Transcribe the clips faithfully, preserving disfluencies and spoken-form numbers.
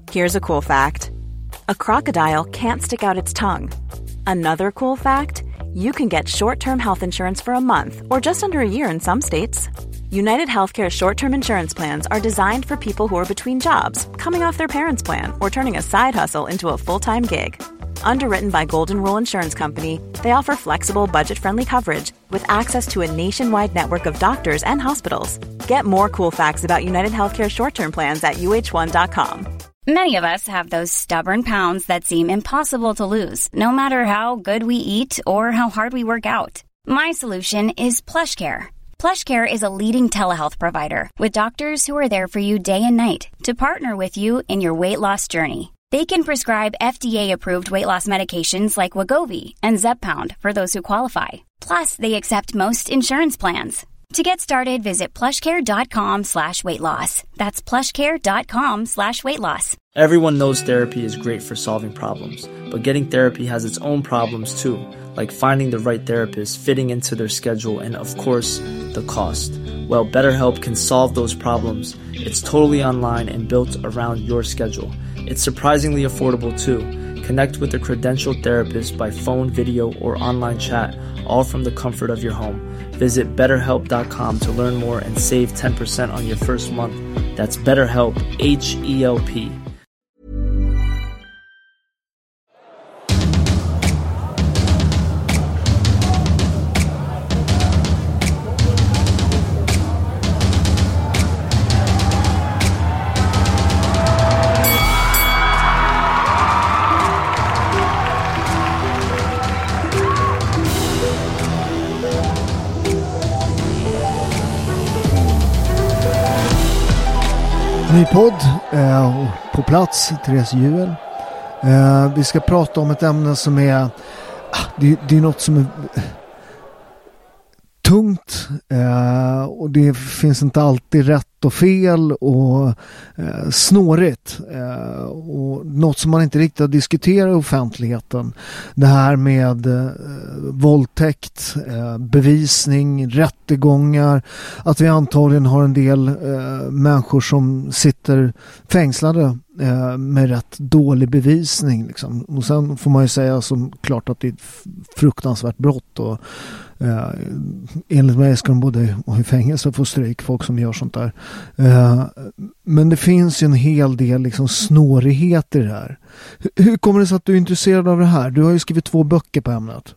Here's a cool fact. A crocodile can't stick out its tongue. Another cool fact, you can get short-term health insurance for a month or just under a year in some states. United Healthcare short-term insurance plans are designed for people who are between jobs, coming off their parents' plan, or turning a side hustle into a full-time gig. Underwritten by Golden Rule Insurance Company, they offer flexible, budget-friendly coverage with access to a nationwide network of doctors and hospitals. Get more cool facts about United Healthcare short-term plans at U H one dot com. Many of us have those stubborn pounds that seem impossible to lose, no matter how good we eat or how hard we work out. My solution is PlushCare. PlushCare is a leading telehealth provider with doctors who are there for you day and night to partner with you in your weight loss journey. They can prescribe F D A-approved weight loss medications like Wegovy and Zepbound for those who qualify. Plus, they accept most insurance plans. To get started, visit plushcare.com slash weight loss. That's plushcare.com slash weight loss. Everyone knows therapy is great for solving problems, but getting therapy has its own problems too, like finding the right therapist, fitting into their schedule, and of course, the cost. Well, BetterHelp can solve those problems. It's totally online and built around your schedule. It's surprisingly affordable too. Connect with a credentialed therapist by phone, video, or online chat, all from the comfort of your home. Visit better help dot com to learn more and save ten percent on your first month. That's BetterHelp, H E L P. Ny podd eh, på plats, Therese Juel. Eh, vi ska prata om ett ämne som är ah, det, det är något som är tungt eh, och det finns inte alltid rätt och fel och eh, snårigt eh, och något som man inte riktigt har diskuterat i offentligheten. Det här med eh, våldtäkt, eh, bevisning, rättegångar, att vi antagligen har en del eh, människor som sitter fängslade eh, med rätt dålig bevisning liksom. Och sen får man ju säga som klart att det är ett fruktansvärt brott och eh, enligt mig ska de både i fängelse och få stryk, folk som gör sånt där. Uh, men det finns ju en hel del liksom snårigheter i det här. H- hur kommer det sig att du är intresserad av det här? Du har ju skrivit två böcker på ämnet.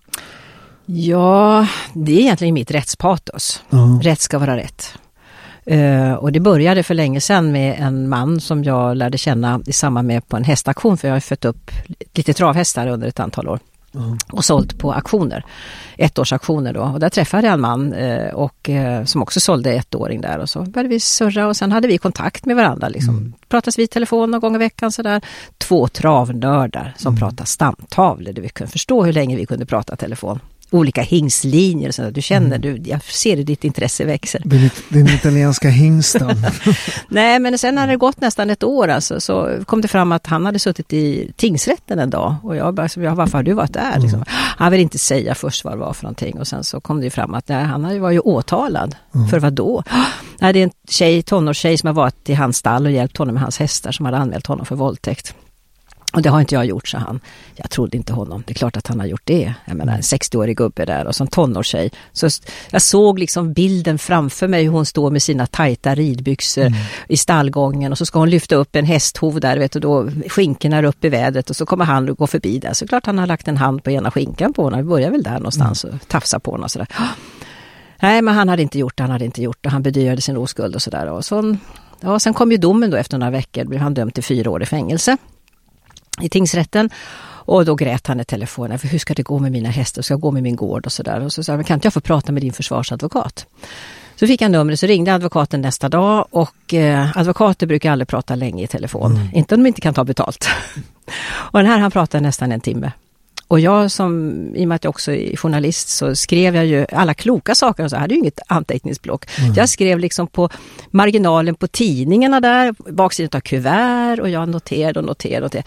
Ja, det är egentligen mitt rättspatos. Uh-huh. Rätt ska vara rätt. Uh, och det började för länge sedan med en man som jag lärde känna i samband med på en hästaktion, för jag har fött upp lite travhästar under ett antal år. Mm. Och sålt på auktioner, ettårsaktioner då. Och där träffade jag en man eh, och, eh, som också sålde ettåring där. Och så började vi surra och sen hade vi kontakt med varandra. Liksom. Mm. Pratas vi i telefon någon gång i veckan sådär. Två travnördar som mm. pratar stamtavlor. Vi kunde förstå hur länge vi kunde prata telefon. Olika hingslinjer och sådär. Du känner, mm. du, jag ser att ditt intresse växer. Den italienska hingsten. Nej, men sen när det gått nästan ett år alltså, så kom det fram att han hade suttit i tingsrätten en dag. Och jag bara, varför har du varit där? Liksom. Mm. Han vill inte säga först vad det var för någonting. Och sen så kom det ju fram att nej, han var ju åtalad. Mm. För vad då? Nej, det är en tjej, tonårstjej som har varit i hans stall och hjälpt honom med hans hästar som hade anmält honom för våldtäkt. Och det har inte jag gjort, så han. Jag trodde inte honom. Det är klart att han har gjort det. Jag menar, en sextioårig gubbe där och som tonårstjej. Så jag såg liksom bilden framför mig hur hon står med sina tajta ridbyxor mm. i stallgången. Och så ska hon lyfta upp en hästhov där, vet du, då skinkorna upp i vädret. Och så kommer han och går förbi där. Så klart han har lagt en hand på ena skinkan på honom. Vi börjar väl där någonstans mm. och tafsa på honom och sådär. Nej, men han hade inte gjort det. Han hade inte gjort det. Han bedyrade sin oskuld och sådär. Och så, ja, sen kom ju domen då efter några veckor. Blev han dömd till fyra år i fängelse i tingsrätten, och då grät han i telefonen, för hur ska det gå med mina hästar, ska jag gå med min gård och sådär. Och så sa han, kan inte jag få prata med din försvarsadvokat? Så fick han numret, så ringde advokaten nästa dag, och eh, advokater brukar aldrig prata länge i telefon, mm. inte om de inte kan ta betalt. Och den här, han pratade nästan en timme. Och jag som, i och med att jag också är journalist, så skrev jag ju alla kloka saker och så. Jag hade ju inget anteckningsblock. Mm. Jag skrev liksom på marginalen på tidningarna där, baksidan av kuvert, och jag noterade och noterade och noterade.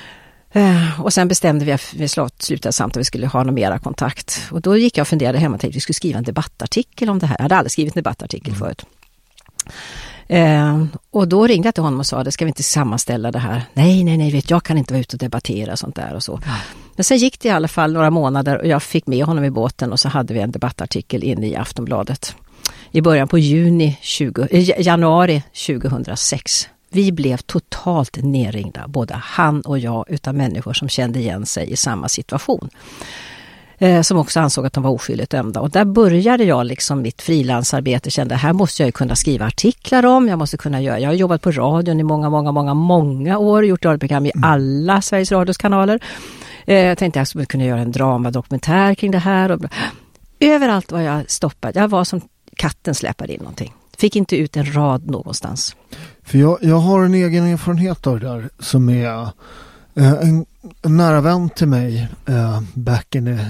Uh, och sen bestämde vi att vi slutade samt att vi skulle ha någon mera kontakt. Och då gick jag och funderade hemma och tänkte att vi skulle skriva en debattartikel om det här. Jag hade aldrig skrivit en debattartikel mm. förut. Eh, och då ringde jag till honom och sa, det ska vi inte sammanställa det här. Nej, nej, nej, vet jag kan inte vara ute och debattera sånt där och så. Ja. Men sen gick det i alla fall några månader och jag fick med honom i båten och så hade vi en debattartikel inne i Aftonbladet. I början på juni tjugo, januari tjugohundrasex. Vi blev totalt nerringda, både han och jag, utan människor som kände igen sig i samma situation. Eh, som också ansåg att de var oskyldigt dömda. Och där började jag liksom mitt frilansarbete, kände här måste jag kunna skriva artiklar om, jag måste kunna göra, jag har jobbat på radion i många, många, många, många år, gjort radioprogram i alla Sveriges Radios kanaler. Eh, jag tänkte jag skulle kunna göra en dramadokumentär kring det här. Och överallt var jag stoppad, jag var som katten släpade in någonting. Fick inte ut en rad någonstans. För jag, jag har en egen erfarenhet av det där som är eh, en, en nära vän till mig eh, back in the,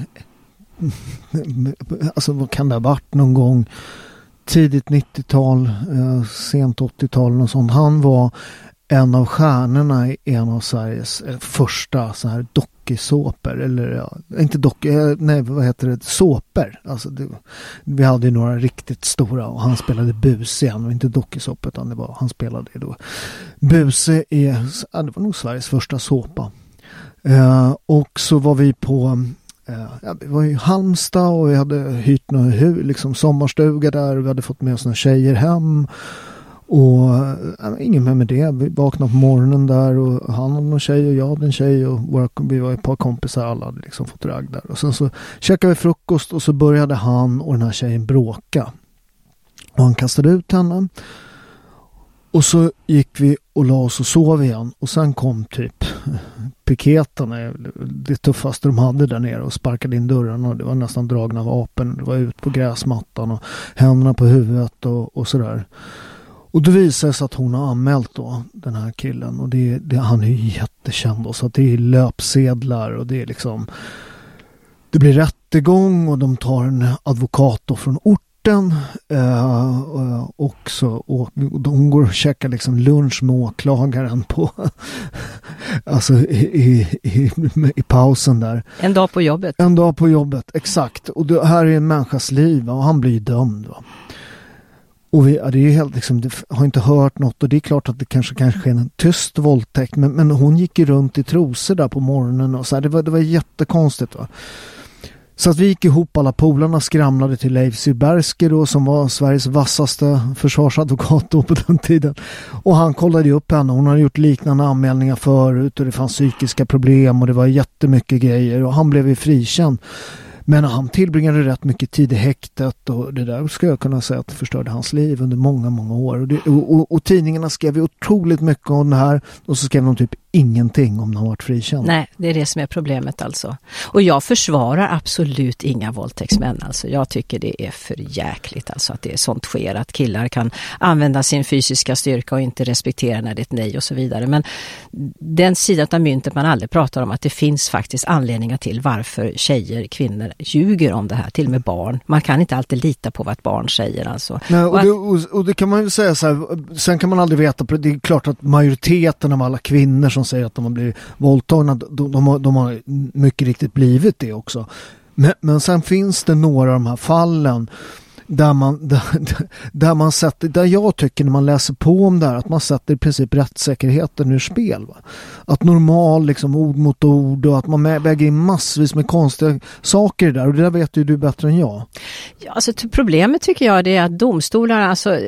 alltså vad kan det ha varit någon gång tidigt nittiotal, eh, sent åttiotal och sånt. Han var en av stjärnorna i en av Sveriges eh, första så här dokusåper, eller ja, inte dock, eh, nej vad heter det, såper. Alltså det, vi hade ju några riktigt stora och han spelade Buse igen och inte dokusåper utan det var, han spelade då. Buse är, ja, det var nog Sveriges första såpa. Eh, och så var vi på eh, ja, vi var i Halmstad och vi hade hyrt någon hu, liksom sommarstuga där och vi hade fått med oss några tjejer hem. Och äh, ingen med med det. Vi vaknade på morgonen där och han hade en tjej och jag hade en tjej och våra, vi var ett par kompisar, alla hade liksom fått ragg där. Och sen så käkade vi frukost och så började han och den här tjejen bråka. Och han kastade ut henne. Och så gick vi och la oss och sov igen. Och sen kom typ piketarna, det tuffaste de hade där nere och sparkade in dörrarna. Och det var nästan dragna vapen. Det var ut på gräsmattan och händerna på huvudet och, och sådär. Och då visade det sig att hon har anmält då den här killen och det, det, han är ju jättekänd och så att det är löpsedlar och det är liksom det blir rättegång och de tar en advokat då från orten eh, och så och de går och käkar liksom lunch med åklagaren på alltså i, i, i, i pausen där. En dag på jobbet. En dag på jobbet, exakt. Och det här är en människas liv och han blir dömd va. Och vi, ja, det är helt liksom, det har inte hört något och det är klart att det kanske kanske är en tyst våldtäkt men, men hon gick ju runt i trosor där på morgonen och så här, det var, det var jättekonstigt va. Så att vi gick ihop, alla polarna skramlade till Leif Syrberski då som var Sveriges vassaste försvarsadvokat då på den tiden. Och han kollade ju upp henne, hon hade gjort liknande anmälningar förut och det fanns psykiska problem och det var jättemycket grejer och han blev ju frikänd. Men han tillbringade rätt mycket tid i häktet och det där ska jag kunna säga att det förstörde hans liv under många, många år. Och, det, och, och, och tidningarna skrev otroligt mycket om det här och så skrev de typ ingenting om när han varit frikänd. Nej, det är det som är problemet alltså. Och jag försvarar absolut inga våldtäktsmän alltså. Jag tycker det är för jäkligt alltså att det är sånt sker att killar kan använda sin fysiska styrka och inte respektera när det är ett nej och så vidare. Men den sidan av myntet man aldrig pratar om att det finns faktiskt anledningar till varför tjejer, kvinnor ljuger om det här, till och med barn. Man kan inte alltid lita på vad ett barn säger alltså. Nej, och, och, det, och, och det kan man ju säga så här, sen kan man aldrig veta, det är klart att majoriteten av alla kvinnor som säger att de har blivit våldtagna, de, de, har, de har mycket riktigt blivit det också. Men, men sen finns det några av de här fallen där man, där, där man sätter, där jag tycker när man läser på om det här, att man sätter i princip rättssäkerheten ur spel. Va? Att normal liksom ord mot ord och att man väger in massvis med konstiga saker där och det där vet ju du bättre än jag. Ja, alltså problemet tycker jag det är att domstolar, alltså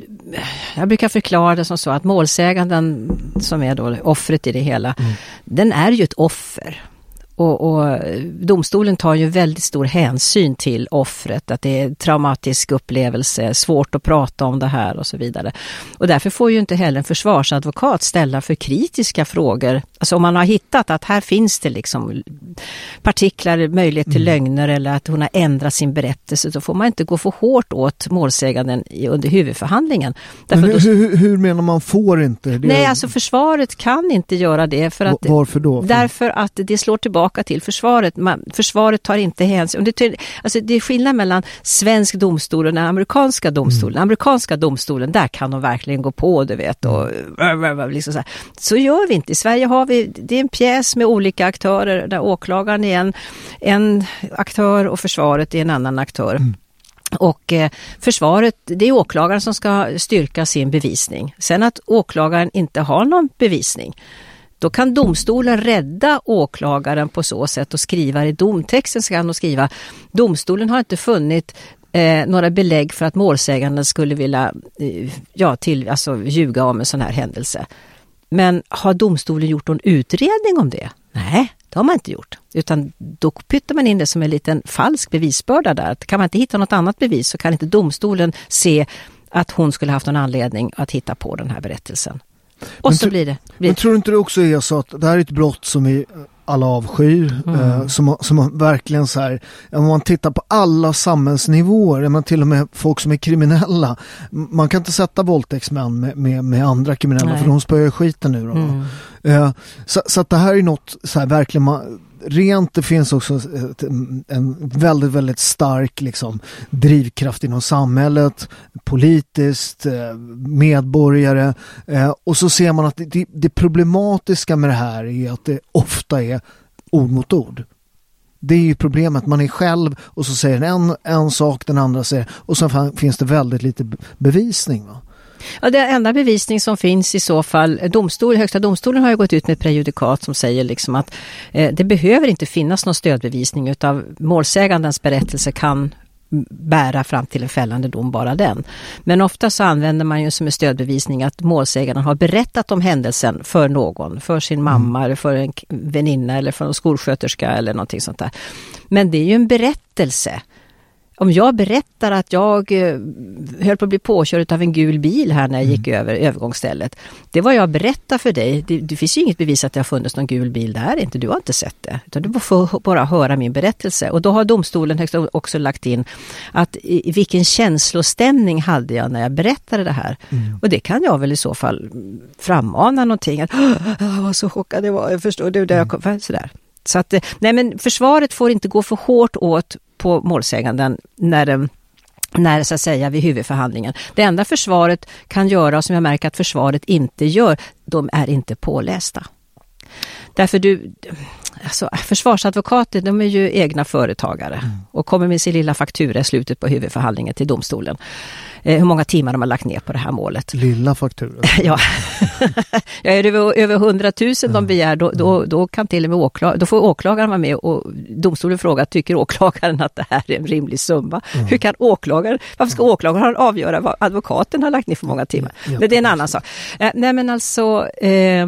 jag brukar förklara det som så att målsäganden som är då offret i det hela, mm. den är ju ett offer. Och, och domstolen tar ju väldigt stor hänsyn till offret, att det är en traumatisk upplevelse, svårt att prata om det här och så vidare. Och därför får ju inte heller en försvarsadvokat ställa för kritiska frågor. Alltså om man har hittat att här finns det liksom partiklar, möjlighet till mm. lögner eller att hon har ändrat sin berättelse, så får man inte gå för hårt åt målsäganden under huvudförhandlingen. Men hur, hur, hur menar man får inte? Det... Nej, alltså försvaret kan inte göra det. För att, Varför då? För... Därför att det slår tillbaka till försvaret. Man, försvaret tar inte hänsyn. Det, alltså det är skillnad mellan svensk domstol och den amerikanska domstolen. Mm. Den amerikanska domstolen, där kan de verkligen gå på, du vet. Och, mm. liksom så, här. Så gör vi inte. I Sverige har vi, det är en pjäs med olika aktörer där åklagaren är en, en aktör och försvaret är en annan aktör. Mm. Och eh, försvaret, det är åklagaren som ska styrka sin bevisning. Sen att åklagaren inte har någon bevisning, då kan domstolen rädda åklagaren på så sätt och skriva i domtexten ska han skriva: domstolen har inte funnit eh, några belägg för att målsäganden skulle vilja eh, ja, till, alltså, ljuga om en sån här händelse. Men har domstolen gjort någon utredning om det? Nej, det har man inte gjort. Utan då pyttar man in det som en liten falsk bevisbörda där. Kan man inte hitta något annat bevis så kan inte domstolen se att hon skulle haft någon anledning att hitta på den här berättelsen. Och men så blir det. Blir... Men tror du inte det också är så att det här är ett brott som är alla avskyr, mm. eh, som, som verkligen så här, om man tittar på alla samhällsnivåer, man till och med folk som är kriminella, man kan inte sätta våldtäktsmän med, med, med andra kriminella. Nej. För de spöar skiten nu då. Mm. Eh, så, så att det här är något så här verkligen man, rent, det finns också ett, en väldigt, väldigt stark liksom, drivkraft inom samhället, politiskt, medborgare, och så ser man att det, det problematiska med det här är att det ofta är ord mot ord. Det är ju problemet, man är själv och så säger en, en sak, den andra säger, och så finns det väldigt lite bevisning, va? Ja, det enda bevisning som finns i så fall, domstol, högsta domstolen har ju gått ut med prejudikat som säger liksom att eh, det behöver inte finnas någon stödbevisning utav målsägandens berättelse kan bära fram till en fällande dom, bara den. Men ofta så använder man ju som en stödbevisning att målsäganden har berättat om händelsen för någon, för sin mamma mm. eller för en väninna eller för en skolsköterska eller någonting sånt där. Men det är ju en berättelse. Om jag berättar att jag eh, höll på att bli påkörd av en gul bil här när jag gick mm. över övergångsstället. Det var jag berättar för dig. Det, det finns ju inget bevis att det har funnits någon gul bil där. Inte. Du har inte sett det. Utan du får bara höra min berättelse. Och då har domstolen högst också lagt in att i, i vilken känslostämning hade jag när jag berättade det här. Mm. Och det kan jag väl i så fall frammana någonting. Att jag var så chockad, det var, jag förstår du, där jag kom, sådär. Så att, nej men försvaret får inte gå för hårt åt på målsäganden när, när så att säga vid huvudförhandlingen. Det enda försvaret kan göra, och som jag märker att försvaret inte gör, de är inte pålästa. Därför du, alltså försvarsadvokater, de är ju egna företagare mm. och kommer med sin lilla faktura i slutet på huvudförhandlingen till domstolen. Eh, hur många timmar de har lagt ner på det här målet. Lilla faktura. ja. ja, är det över, över hundratusen mm. de begär, då, då, då kan till och med åklag, då får åklagaren vara med och domstolen frågar, tycker åklagaren att det här är en rimlig summa? Mm. Hur kan åklagaren, varför ska åklagaren avgöra vad advokaten har lagt ner för många timmar? Ja, ja, det är en annan sak. Eh, nej men alltså... Eh,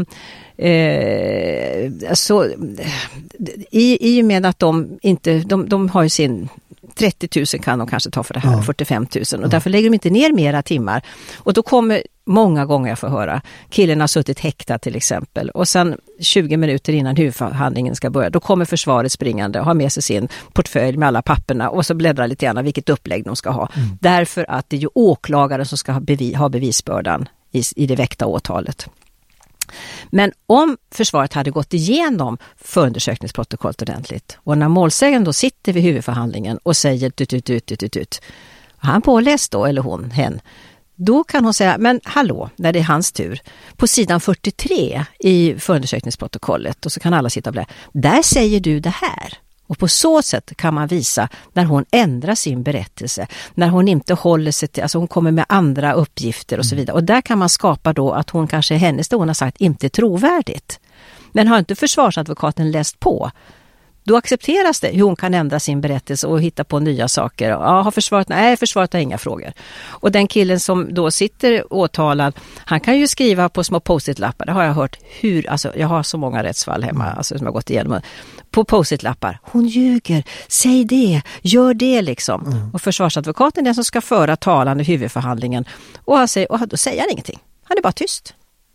Eh, alltså, i, i och med att de inte, de, de har ju sin trettio tusen kan de kanske ta för det här, ja. fyrtiofem tusen, och ja. därför lägger de inte ner mera timmar. Och då kommer många gånger jag får höra, killen har suttit häktad till exempel, och sen tjugo minuter innan huvudförhandlingen ska börja, då kommer försvaret springande och har med sig sin portfölj med alla papperna och så bläddrar lite grann vilket upplägg de ska ha. Mm. Därför att det är ju åklagaren som ska ha, bevis, ha bevisbördan i, i det väckta åtalet. Men om försvaret hade gått igenom förundersökningsprotokollet ordentligt, och när målsägaren då sitter vid huvudförhandlingen och säger ut, ut, ut, ut, ut, ut, han påläst då, eller hon, hen, då kan hon säga, men hallå, när det är hans tur, på sidan fyrtiotre i förundersökningsprotokollet, och så kan alla sitta och blä, där säger du det här. Och på så sätt kan man visa när hon ändrar sin berättelse, när hon inte håller sig till, alltså hon kommer med andra uppgifter och så vidare. Och där kan man skapa då att hon kanske, hennes det hon har sagt, inte är trovärdigt. Men har inte försvarsadvokaten läst på, då accepteras det hur hon kan ändra sin berättelse och hitta på nya saker. Ja, har försvaret, nej, försvaret har inga frågor. Och den killen som då sitter åtalad, han kan ju skriva på små post-it-lappar. Det har jag hört hur, alltså jag har så många rättsfall hemma alltså, som jag har gått igenom. På post-it-lappar, hon ljuger, säg det, gör det liksom. Mm. Och försvarsadvokaten är den som ska föra talan i huvudförhandlingen. Och, han säger, och då säger han ingenting. Han är bara tyst.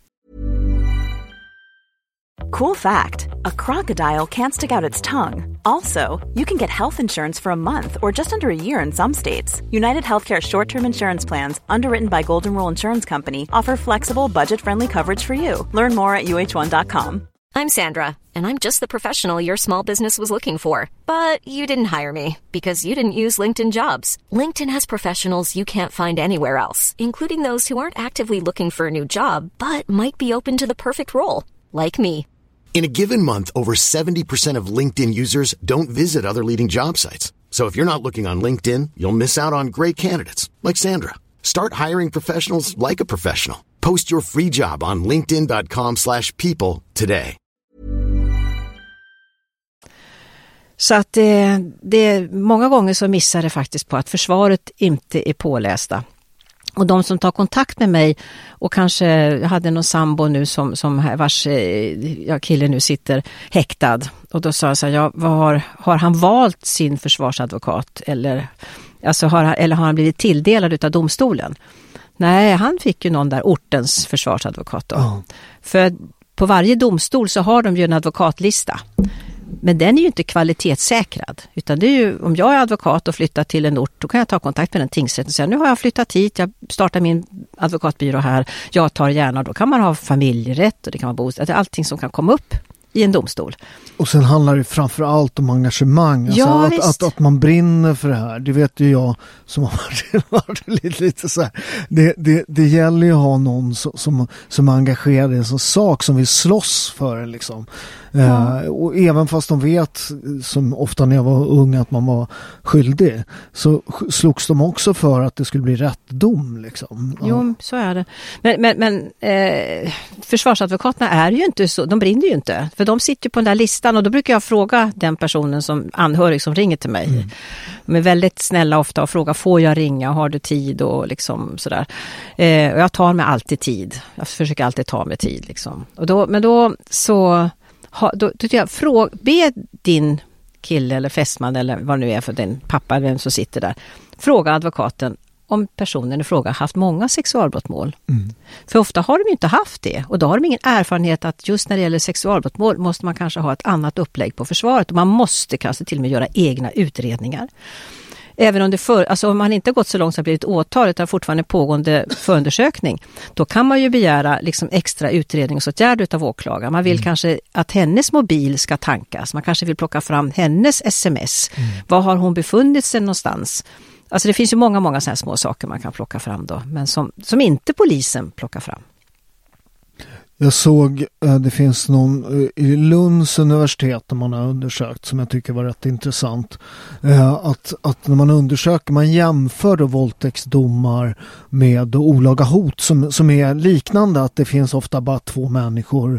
Cool fact, a crocodile can't stick out its tongue. Also, you can get health insurance for a month or just under a year in some states. United Healthcare short-term insurance plans, underwritten by Golden Rule Insurance Company, offer flexible, budget-friendly coverage for you. Learn more at U H one dot com. I'm Sandra, and I'm just the professional your small business was looking for. But you didn't hire me because you didn't use LinkedIn Jobs. LinkedIn has professionals you can't find anywhere else, including those who aren't actively looking for a new job, but might be open to the perfect role, like me. In a given month, over seventy percent of LinkedIn users don't visit other leading job sites. So if you're not looking on LinkedIn, you'll miss out on great candidates like Sandra. Start hiring professionals like a professional. Post your free job on linkedin dot com slash people today. Så att det, det många gånger så missar det faktiskt på att försvaret inte är pålästa. Och de som tar kontakt med mig och kanske jag hade någon sambo nu som, som vars ja, kille nu sitter häktad. Och då sa jag så här, ja, vad har, har han valt sin försvarsadvokat eller, alltså har, eller har han blivit tilldelad utav domstolen? Nej, han fick ju någon där ortens försvarsadvokat då. Oh. För på varje domstol så har de ju en advokatlista. Men den är ju inte kvalitetssäkrad. Utan det är ju, om jag är advokat och flyttar till en ort, då kan jag ta kontakt med den tingsrätten och säga, nu har jag flyttat hit, jag startar min advokatbyrå här, jag tar gärna, då kan man ha familjerätt och det kan vara bostad, allting som kan komma upp i en domstol. Och sen handlar det framförallt om engagemang. Alltså ja, att, att, att man brinner för det här. Det vet ju jag som har varit lite, lite så här. Det, det, det gäller ju att ha någon som, som, som är engagerad i en sån sak som vill slåss för liksom. Ja. Uh, och även fast de vet, som ofta när jag var ung, att man var skyldig, så slogs de också för att det skulle bli rätt dom liksom. Ja. Jo, så är det. Men, men, men eh, försvarsadvokaterna är ju inte så, de brinner ju inte. För de sitter ju på den där listan och då brukar jag fråga den personen som anhörig som ringer till mig. Mm. De är väldigt snälla ofta och frågar, får jag ringa? Har du tid? Och liksom sådär. Eh, och jag tar mig alltid tid. Jag försöker alltid ta mig tid liksom. Och då, men då så ha, då tycker jag, fråga, be din kille eller fästman eller vad nu är för din pappa eller vem som sitter där. Fråga advokaten om personen i fråga haft många sexualbrottmål. Mm. För ofta har de ju inte haft det. Och då har de ingen erfarenhet att just när det gäller sexualbrottmål måste man kanske ha ett annat upplägg på försvaret. Och man måste kanske till och med göra egna utredningar. Även om, det för, alltså om man inte gått så långt så har blivit åtal utan fortfarande pågående förundersökning, då kan man ju begära liksom extra utredningsåtgärder utav åklagaren. Man vill mm. kanske att hennes mobil ska tankas. Man kanske vill plocka fram hennes sms. Mm. Var har hon befunnit sig någonstans? Alltså det finns ju många, många sådana här små saker man kan plocka fram då. Men som, som inte polisen plockar fram. Jag såg, det finns någon i Lunds universitet där man har undersökt som jag tycker var rätt intressant. Att, att när man undersöker, man jämför då våldtäktsdomar med olaga hot som, som är liknande. Att det finns ofta bara två människor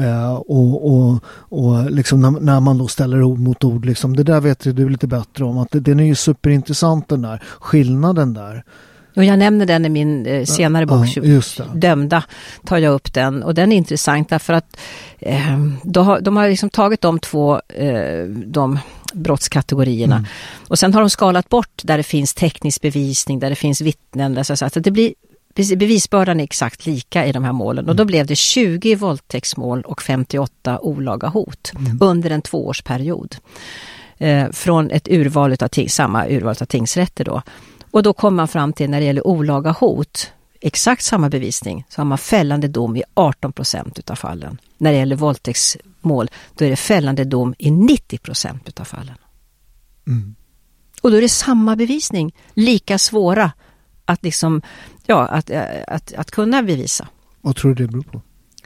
och, och, och liksom när, när man då ställer ord mot ord. Liksom, det där vet du lite bättre om. Att det, den är ju superintressant den där, skillnaden där. Och jag nämner den i min eh, senare bok, ja, Dömda, tar jag upp den. Och den är intressant därför att eh, de har, de har liksom tagit de två eh, de brottskategorierna. Mm. Och sen har de skalat bort där det finns teknisk bevisning, där det finns vittnen. Där, så att det blir, bevisbördan är exakt lika i de här målen. Mm. Och då blev det tjugo våldtäktsmål och femtioåtta olaga hot mm. under en tvåårsperiod. Eh, från ett urval av ting, samma urval av tingsrätter då. Och då kommer man fram till när det gäller olaga hot, exakt samma bevisning, så har man fällande dom i arton procent utav fallen. När det gäller våldtäktsmål, då är det fällande dom i nittio procent utav fallen. Mm. Och då är det samma bevisning, lika svåra att, liksom, ja, att, att, att kunna bevisa. Vad tror du det beror på?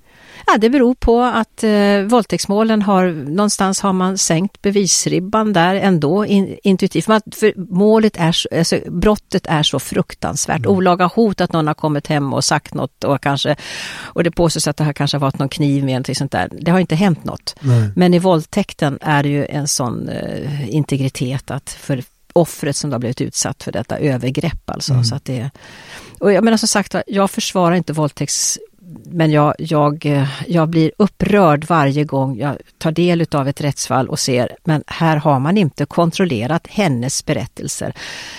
Ja, det beror på att eh, våldtäktsmålen har, någonstans har man sänkt bevisribban där ändå in, intuitivt. För, för målet är, alltså, brottet är så fruktansvärt. Mm. Olaga hot att någon har kommit hem och sagt något och kanske, och det påstås att det har kanske varit någon kniv med något sånt där. Det har inte hänt något. Nej. Men i våldtäkten är det ju en sån eh, integritet att för offret som har blivit utsatt för detta övergrepp alltså. Mm. Så att det, och jag menar som sagt, jag försvarar inte våldtäkts, men jag, jag, jag blir upprörd varje gång jag tar del av ett rättsfall och ser, men här har man inte kontrollerat hennes berättelser.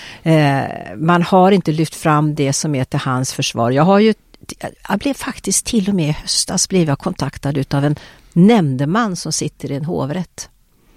Eh, man har inte lyft fram det som är till hans försvar. Jag har ju, jag blev faktiskt till och med i höstas blev jag kontaktad utav en nämndeman som sitter i en hovrätt.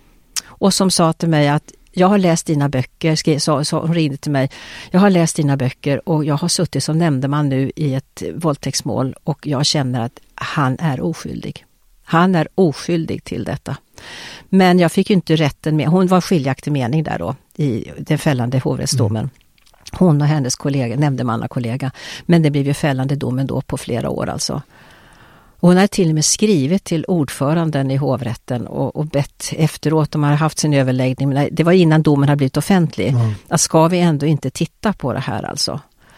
Och som sa till mig att jag har läst dina böcker, skrev, så, så hon ringde till mig. Jag har läst dina böcker och jag har suttit som nämndeman nu i ett våldtäktsmål och jag känner att han är oskyldig. Han är oskyldig till detta. Men jag fick ju inte rätten med. Hon var skiljaktig mening där då i den fällande hovrättsdomen. Mm. Hon och hennes kollega, nämndemannakollega. Men det blev ju fällande domen då på flera år alltså. Och hon hade till och med skrivit till ordföranden i hovrätten och, och bett efteråt, de hade haft sin överläggning, men det var innan domen hade blivit offentlig, mm. att ska vi ändå inte titta på det här alltså.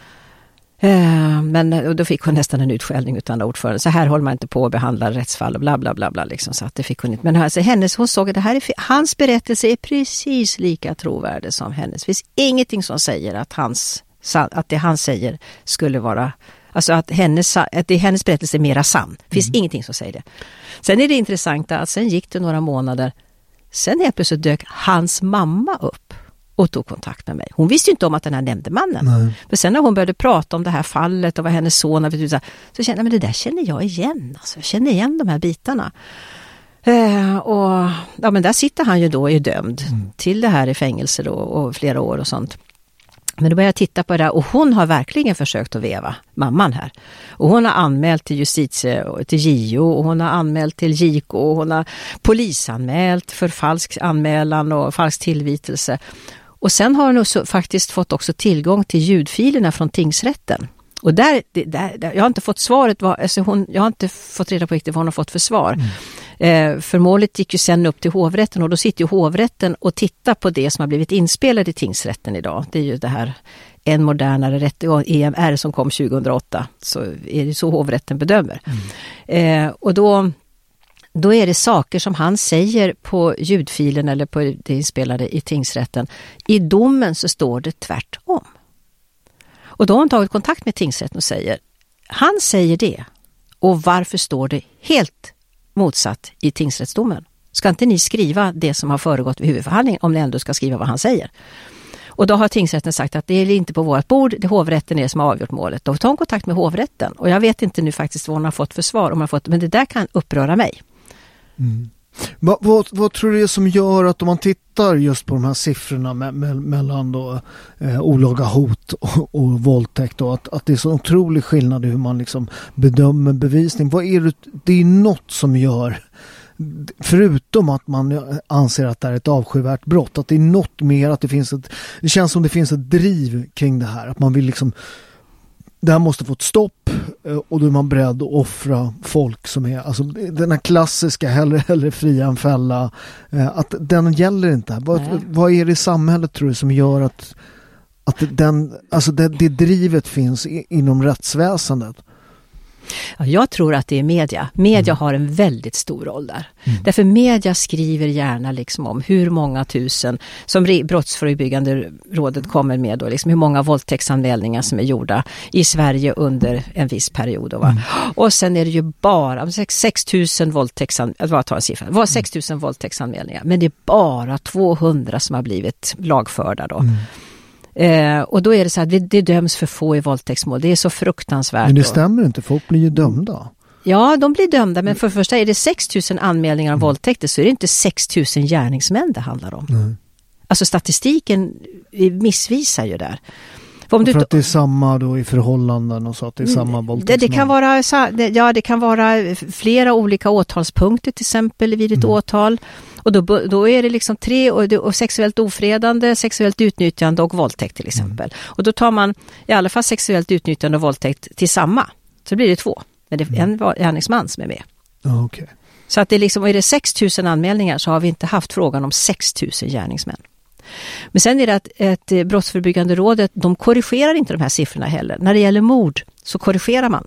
Eh, men och då fick hon nästan en utskällning utan ordföranden. Så här håller man inte på att behandla rättsfall och bla bla bla bla liksom, så att det fick hon inte. Men alltså, hennes, hon såg att det här är, hans berättelse är precis lika trovärdig som hennes. Det finns ingenting som säger att, hans, att det han säger skulle vara, alltså att hennes, att det, hennes berättelse är mera sann. Det finns mm. ingenting som säger det. Sen är det intressant att sen gick det några månader, sen helt plötsligt dök hans mamma upp och tog kontakt med mig. Hon visste ju inte om att den här nämndemannen. Nej. Men sen när hon började prata om det här fallet och vad hennes son hade, så kände jag, men det där känner jag igen. Alltså, jag känner igen de här bitarna. Eh, och ja, men där sitter han ju då är dömd mm. till det här i fängelse då, och flera år och sånt. Men då började jag titta på det där och hon har verkligen försökt att veva, mamman här. Och hon har anmält till justitie, till J O och hon har anmält till J K och hon har polisanmält för falsk anmälan och falsk tillvitelse. Och sen har hon också faktiskt fått också tillgång till ljudfilerna från tingsrätten. Och där, där, där jag har inte fått svaret, vad, alltså hon, jag har inte fått reda på riktigt vad hon har fått för svar. Mm. Eh, för målet gick ju sen upp till hovrätten och då sitter ju hovrätten och tittar på det som har blivit inspelat i tingsrätten idag. Det är ju det här en modernare rättegång, E M R som kom tjugohundraåtta, så är det så hovrätten bedömer. Mm. Eh, och då, då är det saker som han säger på ljudfilen eller på det inspelade i tingsrätten. I domen så står det tvärtom. Och då har hon tagit kontakt med tingsrätten och säger, han säger det. Och varför står det helt motsatt i tingsrättsdomen? Ska inte ni skriva det som har föregått vid huvudförhandlingen om ni ändå ska skriva vad han säger? Och då har tingsrätten sagt att det är inte på vårt bord, det är hovrätten är som har avgjort målet. Då tar hon kontakt med hovrätten. Och jag vet inte nu faktiskt vad hon har fått för svar, om hon har fått, men det där kan uppröra mig. Mm. Vad, vad, vad tror du det är som gör att om man tittar just på de här siffrorna me, me, mellan då, eh, olaga hot och, och våldtäkt då, att, att det är så otrolig skillnad i hur man liksom bedömer bevisning? Vad är det, det är något som gör, förutom att man anser att det är ett avskyvärt brott, att det är något mer, att det finns ett, det känns som det finns ett driv kring det här, att man vill liksom, det här måste få ett stopp och då är man beredd att offra folk som är, alltså den här klassiska hellre, hellre fria än fälla, att den gäller inte. Vad, vad är det i samhället tror du som gör att, att den, alltså det, det drivet finns i, inom rättsväsendet? Ja, jag tror att det är media. Media mm. har en väldigt stor roll där. Mm. Därför media skriver gärna liksom om hur många tusen, som Brottsförebyggande rådet kommer med då, liksom hur många våldtäktsanmälningar som är gjorda i Sverige under en viss period. Då, va? Mm. Och sen är det ju bara sex tusen våldtäktsanmälningar, jag tar en siffra, det var sex tusen våldtäktsanmälningar, men det är bara tvåhundra som har blivit lagförda då. Mm. Eh, och då är det så att det döms för få i våldtäktsmål. Det är så fruktansvärt. Men det stämmer inte, folk blir ju dömda. Ja, de blir dömda, men för det första är det sex tusen anmälningar om mm. våldtäkter, så är det inte sex tusen gärningsmän det handlar om. Mm. Alltså statistiken missvisar ju där. För, om för du att det är samma då i förhållanden och så, att det är samma våldtäktsmål. Det, det kan vara, ja, det kan vara flera olika åtalspunkter till exempel vid ett mm. åtal. Och då, då är det liksom tre, och, det, och sexuellt ofredande, sexuellt utnyttjande och våldtäkt till exempel. Mm. Och då tar man i alla fall sexuellt utnyttjande och våldtäkt till samma. Så blir det två. Men det är en gärningsman som är med. Oh, okay. Så att det liksom, är det sex tusen anmälningar så har vi inte haft frågan om sex tusen gärningsmän. Men sen är det att ett Brottsförebyggande rådet, de korrigerar inte de här siffrorna heller. När det gäller mord så korrigerar man.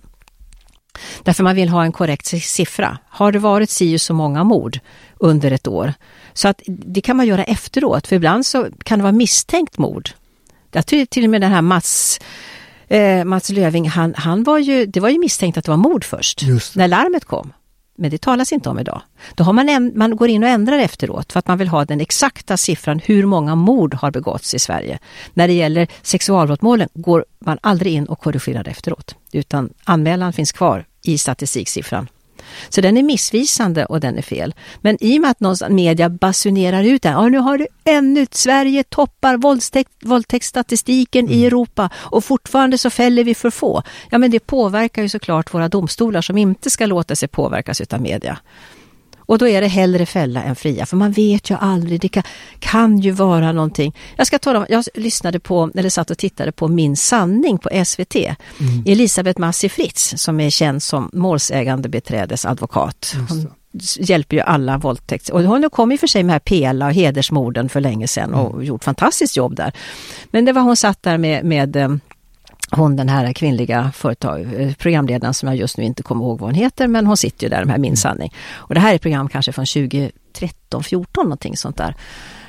Därför man vill ha en korrekt siffra. Har det varit si så många mord under ett år? Så att det kan man göra efteråt. För ibland så kan det vara misstänkt mord. Jag tror till och med den här Mats, eh, Mats Löving, han, han var ju, det var ju misstänkt att det var mord först. När larmet kom. Men det talas inte om idag. Då har man, en, man går in och ändrar efteråt för att man vill ha den exakta siffran hur många mord har begåtts i Sverige. När det gäller sexualbrottmålen går man aldrig in och korrigerar efteråt. Utan anmälan finns kvar i statistiksiffran. Så den är missvisande och den är fel. Men i och med att någon media basunerar ut den, ja, nu har du ännu, Sverige toppar våldtäkt, våldtäktsstatistiken mm. i Europa och fortfarande så fäller vi för få. Ja, men det påverkar ju såklart våra domstolar som inte ska låta sig påverkas utav media. Och då är det hellre fälla än fria. För man vet ju aldrig, det kan, kan ju vara någonting. Jag ska tala om, jag lyssnade på, eller satt och tittade på Min sanning på S V T. Mm. Elisabeth Massi Fritz, som är känd som målsägande beträdesadvokat. Hon hjälper ju alla våldtäkter. Och hon kom i för sig med här Pela och hedersmorden för länge sedan och mm. gjort fantastiskt jobb där. Men det var hon satt där med, med hon den här kvinnliga företag, programledaren som jag just nu inte kommer ihåg vad hon heter, men hon sitter ju där med Min sanning. Och det här är ett program kanske från tjugo tretton fjorton någonting sånt där.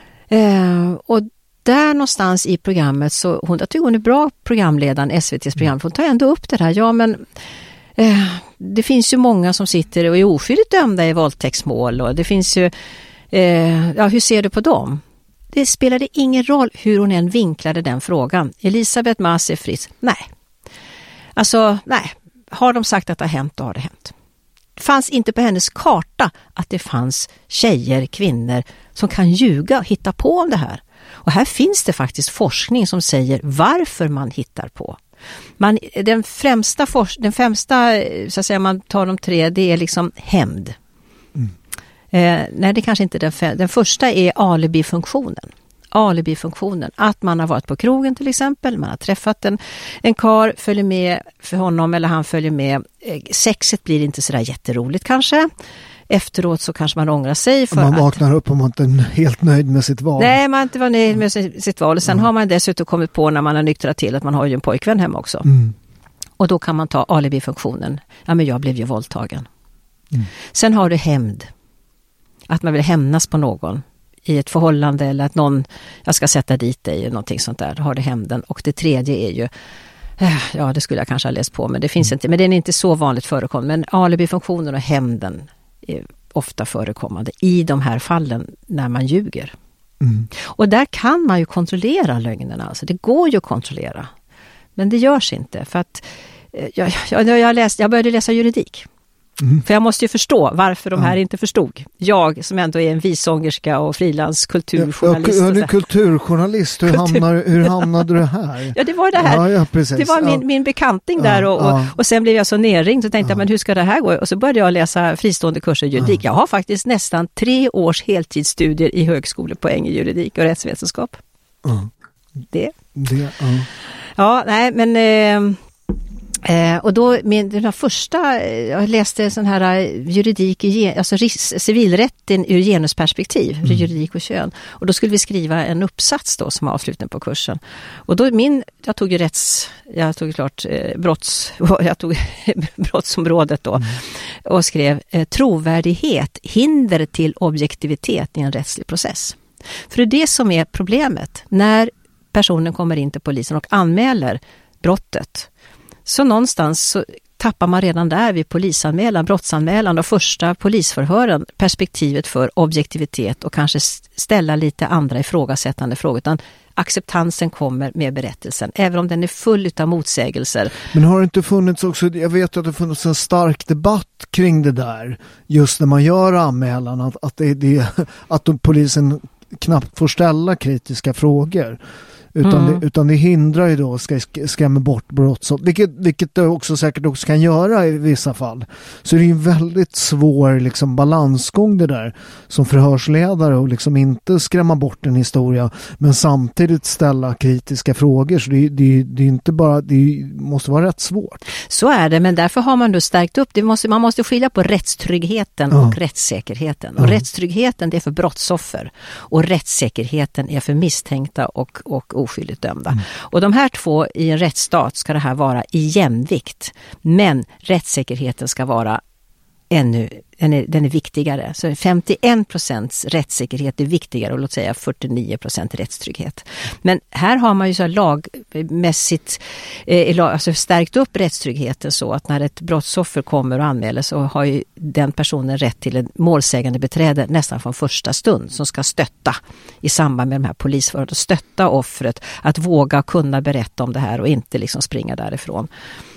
Eh, och där någonstans i programmet så, hon, jag tycker hon är bra programledaren, S V T:s program, för hon tar ändå upp det här. Ja, men eh, det finns ju många som sitter och är oskyldigt dömda i våldtäktsmål, och det finns ju, eh, ja, hur ser du på dem? Det spelade ingen roll hur hon än vinklade den frågan. Elisabeth Massi Fritz, nej. Alltså, nej. Har de sagt att det har hänt, då har det hänt. Det fanns inte på hennes karta att det fanns tjejer, kvinnor som kan ljuga och hitta på om det här. Och här finns det faktiskt forskning som säger varför man hittar på. Man, den främsta, den främsta, så att säga, man tar de tre, det är liksom hämnd. Mm. Eh, nej, det kanske inte den, den första är alibifunktionen. Alibifunktionen, att man har varit på krogen till exempel, man har träffat en, en kar, följer med för honom eller han följer med. Eh, sexet blir inte sådär jätteroligt kanske. Efteråt så kanske man ångrar sig. För man vaknar att, upp och man inte är helt nöjd med sitt val. Nej, man inte var nöjd med sitt val. Och sen mm. har man dessutom kommit på när man har nyktrat till att man har ju en pojkvän hemma också. Mm. Och då kan man ta alibifunktionen. Ja, men jag blev ju våldtagen. Mm. Sen har du hämnd. Att man vill hämnas på någon i ett förhållande, eller att någon, jag ska sätta dit dig eller någonting sånt där. Då har du hämnden. Och det tredje är ju, ja, det skulle jag kanske ha läst på, men det finns mm. inte, men det är inte så vanligt förekommande. Men alibifunktionen och hämnden är ofta förekommande i de här fallen när man ljuger. Mm. Och där kan man ju kontrollera lögnerna. Alltså det går ju att kontrollera. Men det görs inte. För att jag, jag, jag, läst, jag började läsa juridik. Mm. För jag måste ju förstå varför de här ja. inte förstod. Jag som ändå är en visångerska och frilans kulturjournalist. Ja, du är kulturjournalist. Hur, hamnar, hur hamnade du här? Ja, det var det här. Ja, ja, precis. Det var min, ja. min bekanting där. Och, och, och sen blev jag så nerringd och tänkte, ja. men hur ska det här gå? Och så började jag läsa fristående kurser i juridik. Ja. Jag har faktiskt nästan tre års heltidsstudier i högskolepoäng i juridik och rättsvetenskap. Ja. Det. det ja. ja, nej, men... Eh, Eh, och då, min, den första, jag läste sån här juridik, i, alltså civilrätten ur genusperspektiv, mm. juridik och kön. Och då skulle vi skriva en uppsats då som avslutning på kursen. Och då min, jag tog ju rätts, jag tog klart eh, brotts, jag tog brottsområdet då mm. och skrev eh, trovärdighet, hinder till objektivitet i en rättslig process. För det är det som är problemet när personen kommer in till polisen och anmäler brottet. Så någonstans så tappar man redan där vid polisanmälan, brottsanmälan och första polisförhören perspektivet för objektivitet och kanske ställa lite andra ifrågasättande frågor. Utan acceptansen kommer med berättelsen, även om den är full av motsägelser. Men har det inte funnits också, jag vet att det funnits en stark debatt kring det där, just när man gör anmälan, att, att, det, det, att polisen knappt får ställa kritiska frågor. Utan, mm. det, utan det hindrar ju då ska skrämma bort brottsoffer, vilket, vilket det också säkert också kan göra i vissa fall. Så det är en väldigt svår liksom, balansgång det där som förhörsledare och liksom inte skrämma bort en historia men samtidigt ställa kritiska frågor. Så det, det, det är inte bara, det måste vara rätt svårt. Så är det, men därför har man då stärkt upp det. Måste, man måste skilja på rättstryggheten ja. och rättssäkerheten. Och ja. rättstryggheten det är för brottsoffer och rättssäkerheten är för misstänkta och, och oskyldigt dömda. Mm. Och de här två i en rättsstat ska det här vara i jämvikt. Men rättssäkerheten ska vara ännu, den är, den är viktigare. Så femtioen procent rättssäkerhet är viktigare och låt säga fyrtionio procent rättstrygghet. Men här har man ju så här lagmässigt eh, alltså stärkt upp rättstryggheten så att när ett brottsoffer kommer och anmäler så har ju den personen rätt till en målsägande beträde nästan från första stund som ska stötta i samband med de här polisförhören och stötta offret att våga kunna berätta om det här och inte liksom springa därifrån.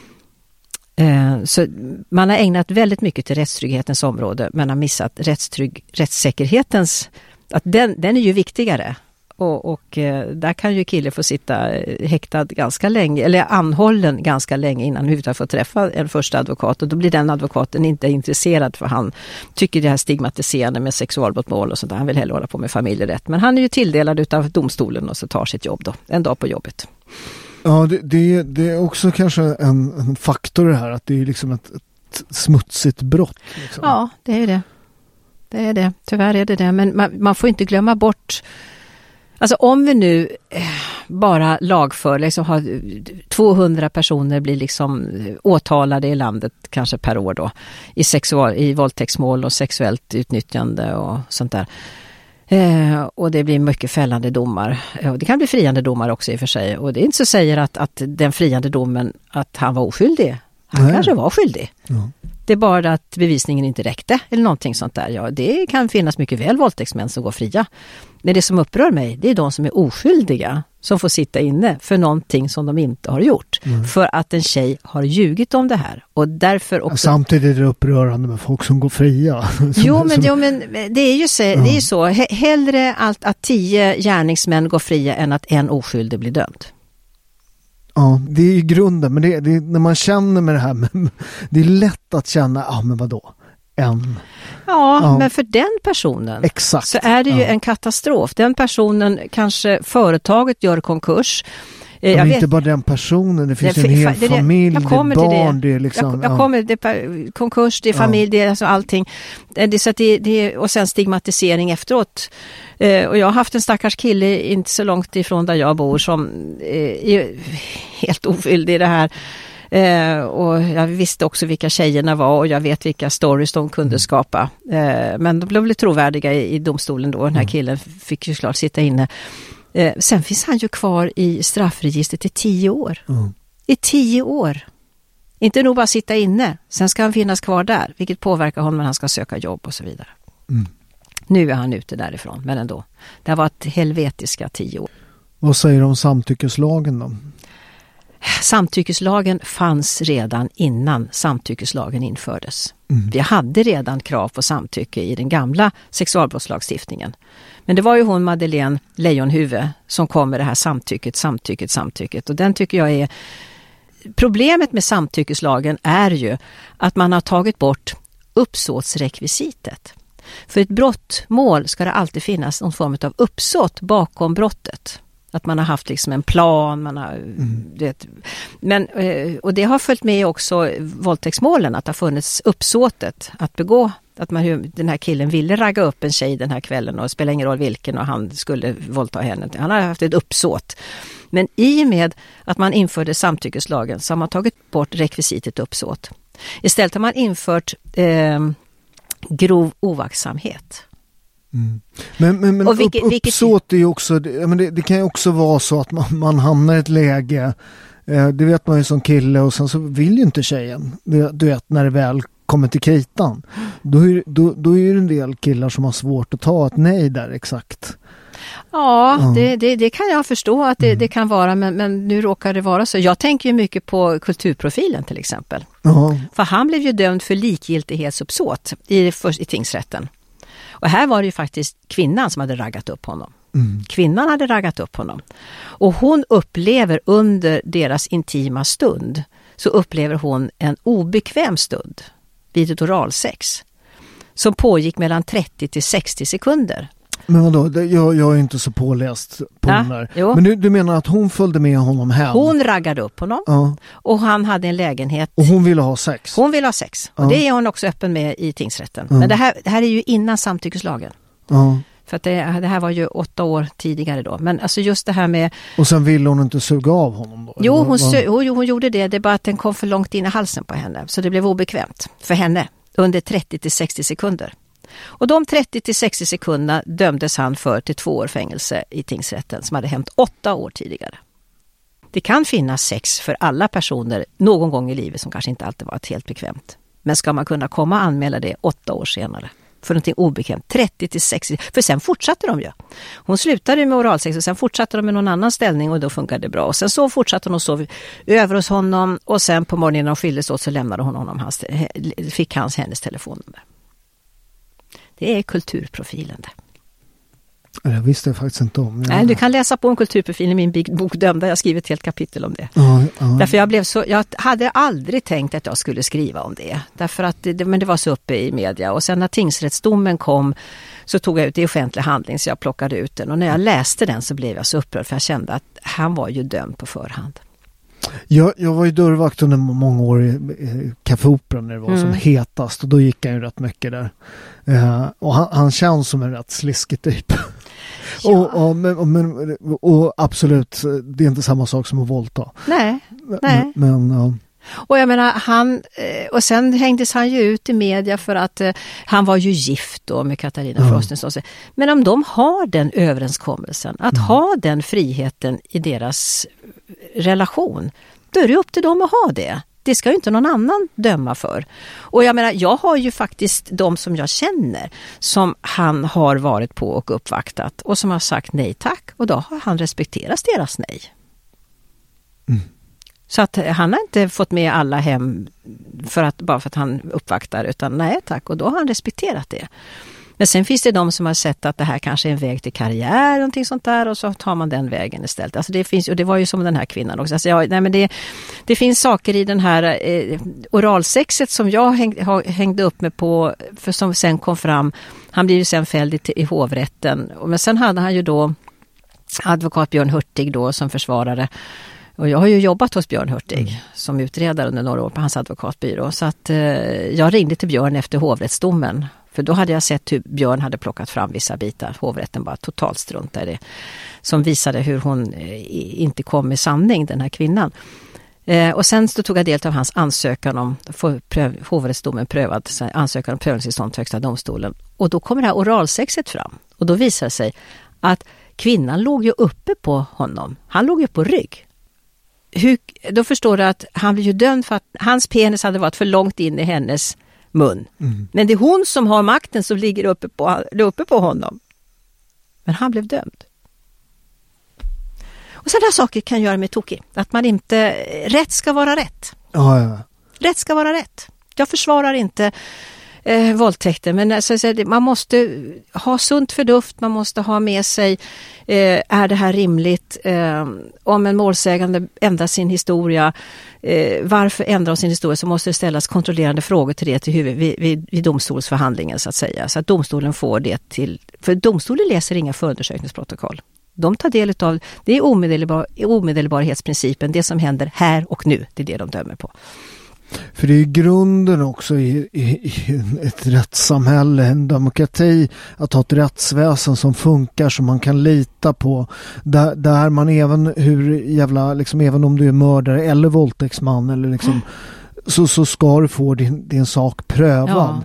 Så man har ägnat väldigt mycket till rättstrygghetens område men har missat rättstrygg, rättssäkerhetens, att den, den är ju viktigare Och, och eh, där kan ju killen få sitta häktad ganska länge, eller anhållen ganska länge innan han överhuvudtaget får träffa en första advokat. Och då blir den advokaten inte intresserad, för han tycker det här stigmatiserande med sexualbrottsmål och sånt där. Han vill hellre hålla på med familjerätt. Men han är ju tilldelad utav domstolen och så tar sitt jobb då, en dag på jobbet. Ja, det, det, det är också kanske en, en faktor det här, att det är liksom ett, ett smutsigt brott. Liksom. Ja, det är det. Det är det. Tyvärr är det det. Men man, man får inte glömma bort, alltså om vi nu eh, bara lagför, liksom har tvåhundra personer blir liksom åtalade i landet kanske per år då i, sexual, i våldtäktsmål och sexuellt utnyttjande och sånt där. Eh, och det blir mycket fällande domar. Eh, det kan bli friande domar också i och för sig. Och det är inte så säger att, att den friande domen att han var oskyldig. Han Nej. kanske var skyldig. Ja. Det är bara att bevisningen inte räckte eller någonting sånt där. Ja, det kan finnas mycket väl våldtäktsmän som går fria. Men det som upprör mig, det är de som är oskyldiga som får sitta inne för någonting som de inte har gjort. Mm. För att en tjej har ljugit om det här. Och därför också... Samtidigt är det upprörande med folk som går fria. jo, men, jo, men det är ju så. Ja. Det är så. Hellre allt att tio gärningsmän går fria än att en oskyldig blir dömd. Ja, det är ju grunden, men det, det, när man känner med det här, men, det är lätt att känna, ja ah, men vadå? En. Ja, ja, men för den personen Exakt. så är det ju ja. en katastrof. Den personen, kanske företaget gör konkurs. Men jag inte vet, bara den personen, det finns det, en hel det, familj, jag kommer det är barn, till det. det är liksom... Jag, jag ja. kommer, det är konkurs, det är familj, ja. det är alltså allting. Det, så att det, det, och sen stigmatisering efteråt. Eh, och jag har haft en stackars kille inte så långt ifrån där jag bor som eh, är helt oskyldig i det här. Eh, och jag visste också vilka tjejerna var och jag vet vilka stories de kunde mm. skapa. Eh, men de blev lite trovärdiga i, i domstolen då. Den här mm. killen fick ju klart sitta inne. Eh, sen finns han ju kvar i straffregistret i tio år. Mm. I tio år. Inte nog bara sitta inne. Sen ska han finnas kvar där. Vilket påverkar honom när han ska söka jobb och så vidare. Mm. Nu är han ute därifrån. Men ändå. Det har varit helvetiska tio år. Vad säger du om samtyckeslagen då? Samtyckeslagen fanns redan innan samtyckeslagen infördes. Mm. Vi hade redan krav på samtycke i den gamla sexualbrottslagstiftningen. Men det var ju hon Madeleine Leijonhufvud som kom med det här samtycket, samtycket, samtycket. Och den tycker jag är... Problemet med samtyckeslagen är ju att man har tagit bort uppsåtsrekvisitet. För ett brottmål ska det alltid finnas någon form av uppsåt bakom brottet. Att man har haft liksom en plan. Man har, mm. det, men, och det har följt med också våldtäktsmålen. Att det har funnits uppsåtet att begå. Att man, den här killen ville ragga upp en tjej den här kvällen. Och det spelar ingen roll vilken. Och han skulle våldta henne. Han har haft ett uppsåt. Men i och med att man införde samtyckeslagen så har man tagit bort rekvisitet uppsåt. Istället har man infört eh, grov oaktsamhet. Mm. Men, men, men vilket, upp, uppsåt är ju också, det, men det, det kan ju också vara så att man, man hamnar i ett läge, eh, det vet man ju som kille och sen så vill ju inte tjejen, det, du vet när det väl kommer till kritan. Då är, då, då är det en del killar som har svårt att ta ett nej där exakt. Ja, mm. det, det, det kan jag förstå att det, mm. det kan vara, men, men nu råkar det vara så. Jag tänker ju mycket på kulturprofilen till exempel. Mm. För han blev ju dömd för likgiltighetsuppsåt i, för, i tingsrätten. Och här var det ju faktiskt kvinnan som hade raggat upp honom. Mm. Kvinnan hade raggat upp honom. Och hon upplever under deras intima stund så upplever hon en obekväm stund vid ett oralsex som pågick mellan trettio till sextio sekunder. Men vadå, jag, jag är inte så påläst på ja, den där. Men du, du menar att hon följde med honom hem? Hon raggade upp honom ja. Och han hade en lägenhet. Och hon ville ha sex? Hon ville ha sex. Och ja. Det är hon också öppen med i tingsrätten. Ja. Men det här, det här är ju innan samtyckeslagen. Ja. För att det, det här var ju åtta år tidigare då. Men alltså just det här med... Och sen ville hon inte suga av honom då? Jo, hon, sö- hon, hon gjorde det. Det är bara att den kom för långt in i halsen på henne. Så det blev obekvämt för henne under trettio till sextio sekunder. Och de trettio till sextio sekunderna dömdes han för till två år fängelse i tingsrätten som hade hänt åtta år tidigare. Det kan finnas sex för alla personer någon gång i livet som kanske inte alltid varit helt bekvämt. Men ska man kunna komma och anmäla det åtta år senare för någonting obekvämt, trettio till sextio, för sen fortsatte de ju. Hon slutade med oralsex och sen fortsatte de med någon annan ställning och då funkade det bra. Och sen så fortsatte hon och sov över hos honom och sen på morgonen när de skildes åt så lämnade hon honom, hans, fick hans hennes telefonnummer. Det är kulturprofilen det. Det visste jag faktiskt inte om. Nej, du kan läsa på en kulturprofil i min bok Dömda. Jag har skrivit ett helt kapitel om det. Ja, ja. Därför jag blev så, jag hade aldrig tänkt att jag skulle skriva om det. Därför att det, men det var så uppe i media. Och sen när tingsrättsdomen kom så tog jag ut det i offentlig handling, så jag plockade ut den. Och när jag läste den så blev jag så upprörd, för jag kände att han var ju dömd på förhand. Jag, jag var ju dörrvakt under många år i, i Café Opera när det var mm. som hetast, och då gick han ju rätt mycket där. Uh, och han, han känns som en rätt sliskig typ. Ja. och, och, men, men, och absolut, det är inte samma sak som att våldta. Nej, nej. Men, men uh. Och jag menar, han, och sen hängdes han ju ut i media för att uh, han var ju gift då med Katarina mm. Frostenson. Men om de har den överenskommelsen, att mm. ha den friheten i deras relation, då är det upp till dem att ha det. Det ska ju inte någon annan döma för. Och jag menar, jag har ju faktiskt de som jag känner som han har varit på och uppvaktat och som har sagt nej tack, och då har han respekterat deras nej. Mm. Så att han har inte fått med alla hem för att, bara för att han uppvaktar, utan nej tack, och då har han respekterat det. Men sen finns det de som har sett att det här kanske är en väg till karriär, någonting sånt där, och så tar man den vägen istället. Alltså det finns, och det var ju som den här kvinnan också. Alltså jag, nej men det, det finns saker i den här eh, oralsexet som jag häng, ha, hängde upp mig på, för som sen kom fram. Han blev ju sen fälld i, i hovrätten. Men sen hade han ju då advokat Björn Hurtig då som försvarare. Och jag har ju jobbat hos Björn Hurtig mm. som utredare under några år på hans advokatbyrå. Så att eh, jag ringde till Björn efter hovrättsdomen. För då hade jag sett hur Björn hade plockat fram vissa bitar. Hovrätten bara totalt struntade i det. Som visade hur hon eh, inte kom med sanning, den här kvinnan. Eh, och sen så tog jag del av hans ansökan om, få pröv, hovrättsdomen prövad, ansökan om prövningstillstånd till högsta domstolen. Och då kommer det här oralsexet fram. Och då visar det sig att kvinnan låg ju uppe på honom. Han låg ju på rygg. Hur, då förstår du att han blev ju dömd för att hans penis hade varit för långt in i hennes mun. Mm. Men det är hon som har makten som ligger uppe på, uppe på honom. Men han blev dömd. Och sådana saker kan göra mig tokig. Att man inte... Rätt ska vara rätt. Ja, ja. Rätt ska vara rätt. Jag försvarar inte eh, våldtäkter, men alltså, man måste ha sunt förnuft, man måste ha med sig eh, är det här rimligt, eh, om en målsägande ändrar sin historia, eh, varför ändrar sin historia, så måste det ställas kontrollerande frågor till det till huvud, vid, vid, vid domstolsförhandlingen så att säga, så att domstolen får det till, för domstolen läser inga förundersökningsprotokoll. De tar del av, det är omedelbar, omedelbarhetsprincipen, det som händer här och nu, det är det de dömer på. För det är grunden också i, i, i ett rättssamhälle, en demokrati, att ha ett rättsväsen som funkar, som man kan lita på. Där, där man även, hur jävla, liksom, även om du är mördare eller våldtäktsman, eller liksom, mm. så, så ska du få din, din sak prövad. Ja.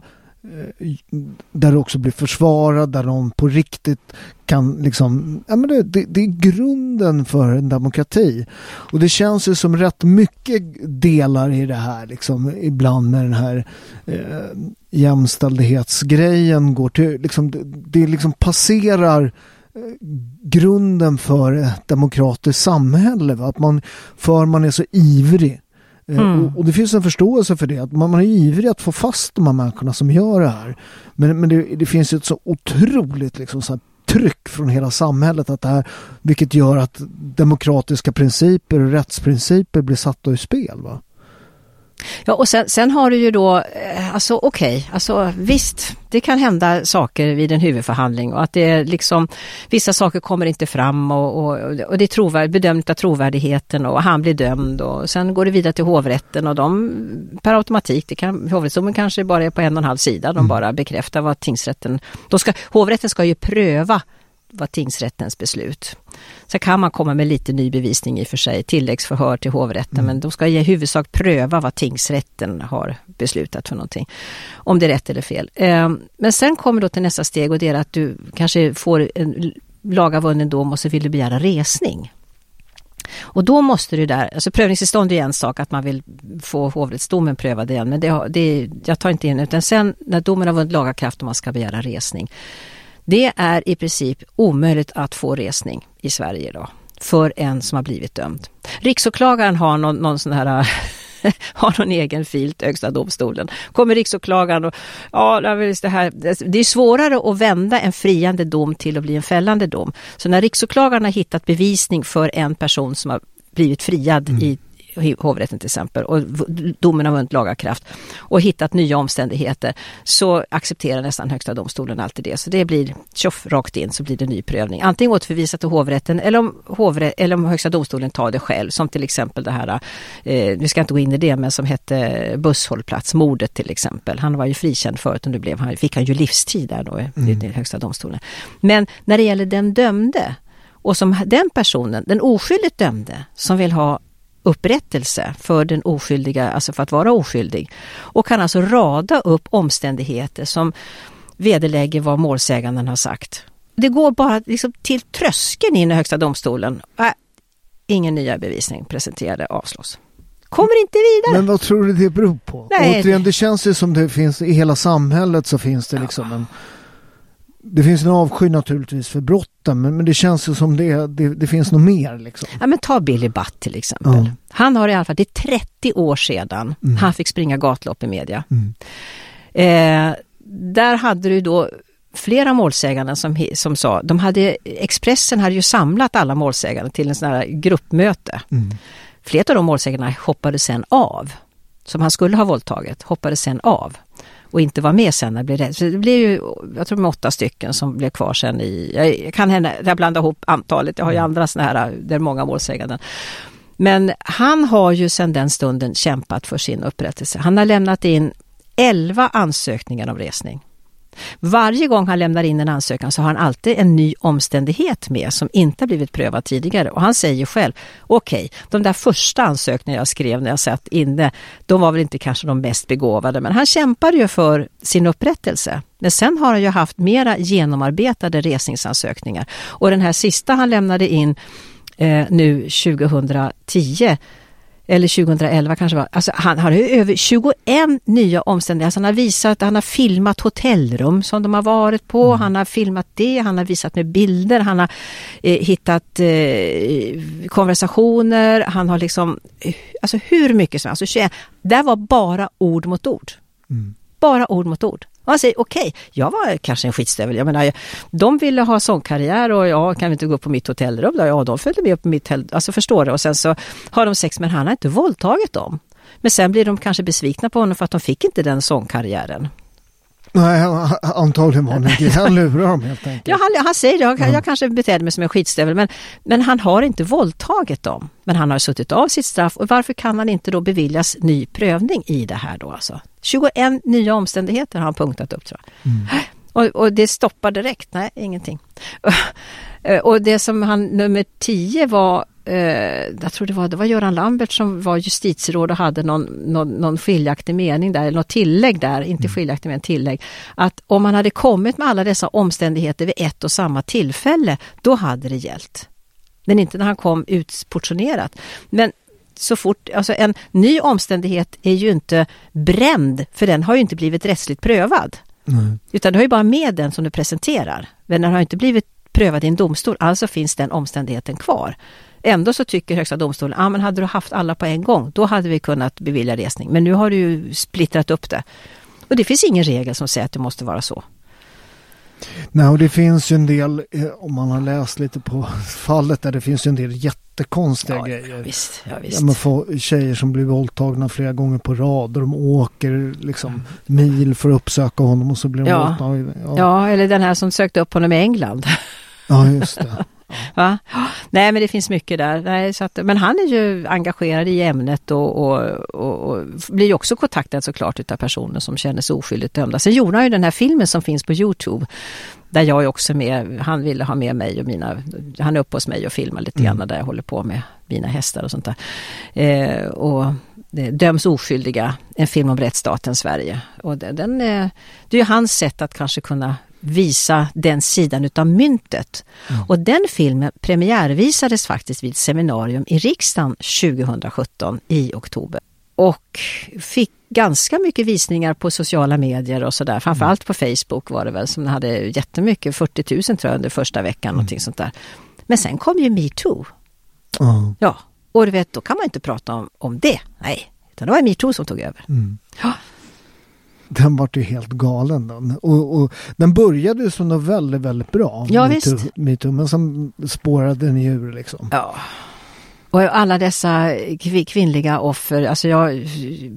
Där det också blir försvarad, där de på riktigt kan liksom, ja men det, det, det är grunden för en demokrati. Och det känns ju som rätt mycket delar i det här liksom, ibland med den här eh, jämställdhetsgrejen går till, liksom, det, det liksom passerar eh, grunden för ett demokratiskt samhälle, va? Att man, för man är så ivrig. Mm. Och, och det finns en förståelse för det, att man, man är ivrig att få fast de här människorna som gör det här. Men, men det, det finns ju ett så otroligt liksom, så här, tryck från hela samhället, att det här, vilket gör att demokratiska principer och rättsprinciper blir satta ur spel, va? Ja, och sen, sen har du ju då, alltså okej, okay, alltså visst, det kan hända saker vid en huvudförhandling, och att det är liksom, vissa saker kommer inte fram, och, och, och det är trovärd, bedömt av trovärdigheten, och han blir dömd, och sen går det vidare till hovrätten, och de per automatik, det kan, hovrättsdomen kanske bara är på en och en halv sida, de bara bekräftar vad tingsrätten, då ska, hovrätten ska ju pröva vad tingsrättens beslut. Så kan man komma med lite ny bevisning i och för sig, tilläggsförhör till hovrätten, mm. men de ska i huvudsak pröva vad tingsrätten har beslutat för någonting, om det är rätt eller fel. Men sen kommer då till nästa steg, och det är att du kanske får en lagavunnen dom och så vill du begära resning. Och då måste du där, alltså prövningstillstånd är en sak, att man vill få hovrättsdomen prövad igen, men det, det, jag tar inte in, utan sen när domen har vunnit laga kraft och man ska begära resning. Det är i princip omöjligt att få resning i Sverige idag för en som har blivit dömd. Riksåklagaren har någon, någon sån här har någon egen fil till Högsta domstolen. Kommer riksåklagaren och ja, det, här, det är svårare att vända en friande dom till att bli en fällande dom. Så när riksåklagaren har hittat bevisning för en person som har blivit friad mm. i hovrätten till exempel och domen har vunnit laga kraft och hittat nya omständigheter, så accepterar nästan Högsta domstolen alltid det. Så det blir tjoff rakt in, så blir det ny prövning. Antingen återförvisat till hovrätten eller om, hovrätt, eller om Högsta domstolen tar det själv, som till exempel det här, eh, vi ska inte gå in i det, men som hette busshållplatsmordet till exempel. Han var ju frikänd förut och nu blev han, fick han ju livstid där då mm. i Högsta domstolen. Men när det gäller den dömde och som den personen, den oskyldigt dömde som vill ha upprättelse för den oskyldiga, alltså för att vara oskyldig, och kan alltså rada upp omständigheter som vederlägger vad målsäganden har sagt. Det går bara liksom till tröskeln in i Högsta domstolen. Äh, ingen nya bevisning presenterade, avslås. Kommer inte vidare. Men vad tror du det beror på? Nej, Återigen, det känns ju som det finns i hela samhället, så finns det liksom en det finns en avsky naturligtvis för brotten, men, men det känns ju som det, det, det finns något mer. Liksom. Ja, men ta Billy Butt till exempel. Ja. Han har i alla fall, det är trettio år sedan mm. han fick springa gatlopp i media. Mm. Eh, där hade du då flera målsägande som, som sa, de hade, Expressen hade ju samlat alla målsägande till en sån här gruppmöte. Mm. Flera av de målsägarna hoppade sen av, som han skulle ha våldtagit, hoppade sen av. Och inte var med sen när det blev rätt. Så det blev ju, jag tror med åtta stycken som blev kvar sen i, jag kan hända, jag blandar ihop antalet, jag har ju andra såna här, där många målsäganden. Men han har ju sedan den stunden kämpat för sin upprättelse. Han har lämnat in elva ansökningar om resning. Varje gång han lämnar in en ansökan så har han alltid en ny omständighet med som inte har blivit prövad tidigare. Och han säger själv, okej, okay, de där första ansökningarna jag skrev när jag satt inne, de var väl inte kanske de mest begåvade, men han kämpade ju för sin upprättelse. Men sen har han ju haft mera genomarbetade resningsansökningar. Och den här sista han lämnade in eh, nu tjugohundratio eller tjugohundraelva kanske var. Alltså han har ju över tjugoen nya omständigheter. Alltså han har visat, han har filmat hotellrum som de har varit på. Mm. Han har filmat det, han har visat med bilder. Han har eh, hittat eh, konversationer. Han har liksom, alltså hur mycket som helst. Alltså tjugoen. Det var bara ord mot ord. Mm. Bara ord mot ord. Och han säger, okej, okay, jag var kanske en skitstövel. Jag menar, de ville ha sångkarriär och jag kan inte gå upp på mitt hotellrum. Då? Ja, de följde med upp på mitt hotell. Alltså förstår du. Och sen så har de sex, men han har inte våldtagit dem. Men sen blir de kanske besvikna på honom för att de fick inte den sångkarriären. Nej, antagligen var det inte. Han lurar dem helt enkelt. Ja, han, han säger det. Jag, jag kanske betedde mig som en skitstövel. Men, men han har inte våldtagit dem. Men han har suttit av sitt straff. Och varför kan han inte då beviljas ny prövning i det här då alltså? tjugoen nya omständigheter har han punktat upp, tror jag. Mm. Och, och det stoppar direkt. Nej, ingenting. Och det som han, nummer tio var, eh, jag tror det var, det var Göran Lambert som var justitieråd och hade någon, någon, någon skiljaktig mening där, eller något tillägg där, inte skiljaktig men tillägg, att om man hade kommit med alla dessa omständigheter vid ett och samma tillfälle, då hade det gällt. Men inte när han kom utportionerat. Men så fort, alltså en ny omständighet är ju inte bränd, för den har ju inte blivit rättsligt prövad. Mm. Utan du har ju bara med den som du presenterar. Men den har inte blivit prövad i en domstol, alltså finns den omständigheten kvar. Ändå så tycker Högsta domstolen, ja ah, men hade du haft alla på en gång, då hade vi kunnat bevilja resning. Men nu har du ju splittrat upp det. Och det finns ingen regel som säger att det måste vara så. Nej, och det finns ju en del, om man har läst lite på fallet där, det finns ju en del jättekonstiga ja, grejer. Ja, visst, ja, visst. Ja, man får tjejer som blir våldtagna flera gånger på rad och de åker liksom mil för att uppsöka honom och så blir de ja. våldtagna. Ja. ja, eller den här som sökte upp honom i England. Ja, just det. Va? Nej, men det finns mycket där. Nej, så att, men han är ju engagerad i ämnet och, och, och, och blir ju också kontaktad såklart utav personer som känner sig oskyldigt dömda. Sen gjorde han ju den här filmen som finns på YouTube där jag är också med. Han ville ha med mig och mina, han är uppe hos mig och filmar lite grann mm. där jag håller på med mina hästar och sånt där. Eh, och det döms oskyldiga, en film om rättsstaten Sverige. Och den, den, det är ju hans sätt att kanske kunna visa den sidan utav myntet. Mm. Och den filmen premiärvisades faktiskt vid ett seminarium i riksdagen tjugohundrasjutton i oktober. Och fick ganska mycket visningar på sociala medier och sådär. Framförallt på Facebook var det väl som hade jättemycket, fyrtio tusen tror jag under första veckan, mm. någonting sånt där. Men sen kom ju MeToo. Mm. Ja, och du vet, då kan man inte prata om, om det. Nej, Utan det var MeToo som tog över. Mm. Ja. Den var ju helt galen. Den. Och, och den började ju som något väldigt, väldigt bra. Ja, MeToo, visst. MeToo, men som spårade den ur liksom. Ja. Och alla dessa kv- kvinnliga offer, alltså jag,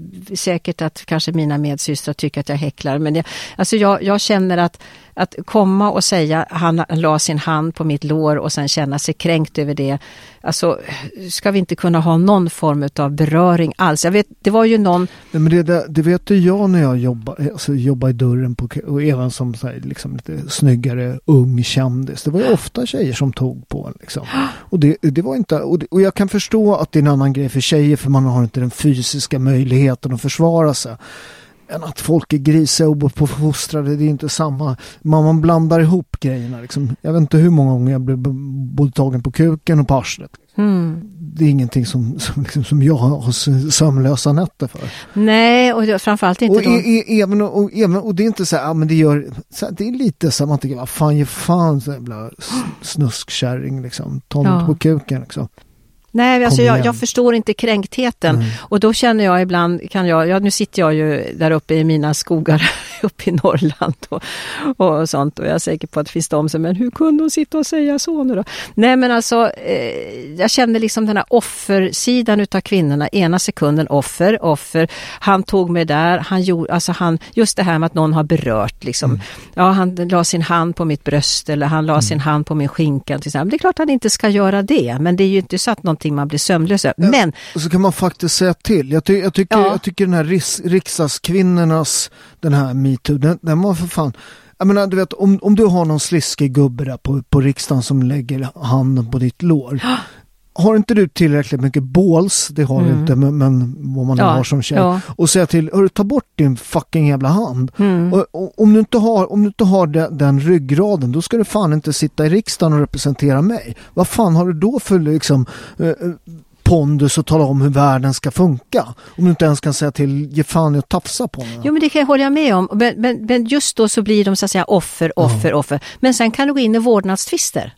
säkert att kanske mina medsystrar tycker att jag häcklar, men det, alltså jag, jag känner att, att komma och säga, han la sin hand på mitt lår och sen känna sig kränkt över det, alltså ska vi inte kunna ha någon form av beröring alls? Jag vet, det var ju någon... Nej, men det, det, det vet ju jag när jag jobbar, alltså jobbar i dörren på, och även som så här, liksom lite snyggare ung kändis. Det var ju ofta tjejer som tog på en liksom. Och det, det var inte, och, det, och jag kan förstå att det är en annan grej för tjejer, för man har inte den fysiska möjligheten att försvara sig. Än att folk är grisa och uppfostrade, det är inte samma. Man, man blandar ihop grejerna. Liksom. Jag vet inte hur många gånger jag blev både tagen på kuken och på arslet. Mm. Det är ingenting som, som, liksom, som jag har sömnlösa nätter för. Nej, och det, framförallt inte och, då. E, e, även, och, även, och det är inte så här, ja, men det gör, så här, det är lite så här, man tycker, vad fan, ge fan så jävla snuskkärring liksom. Ta något Ja. på kuken liksom. Nej, alltså Kom jag, igen. jag förstår inte kränktheten. Mm. Och då känner jag ibland, kan jag, ja, nu sitter jag ju där uppe i mina skogar uppe i Norrland och, och sånt. Och jag är säker på att det finns de som, men hur kunde hon sitta och säga så nu då? Nej, men alltså, eh, jag känner liksom den här offersidan utav kvinnorna. Ena sekunden offer, offer. Han tog mig där, han gjorde, alltså han, just det här med att någon har berört liksom. Mm. Ja, han la sin hand på mitt bröst eller han la mm. sin hand på min skinka. Till exempel. Det är klart att han inte ska göra det, men det är ju inte så att någon man blir sömnlös. Men och så kan man faktiskt säga till. Jag, ty- jag, tycker, ja. jag tycker den här ris- riksdagskvinnornas, den här MeToo, den, den var för fan. Jag menar, du vet, om, om du har någon sliskig gubbe där på, på riksdagen som lägger handen på ditt lår. Har inte du tillräckligt mycket båls, det har mm. du inte, men, men vad man ja, har som tjej. Ja. Och säga till, hörru, ta bort din fucking jävla hand. Mm. Och, och, om du inte har, om du inte har de, den ryggraden, då ska du fan inte sitta i riksdagen och representera mig. Vad fan har du då för liksom eh, pondus och tala om hur världen ska funka? Om du inte ens kan säga till, ge fan och tafsa på mig. Jo, men det kan jag hålla med om. Men, men, men just då så blir de så att säga offer, offer, ja. offer. Men sen kan du gå in i vårdnadstvister.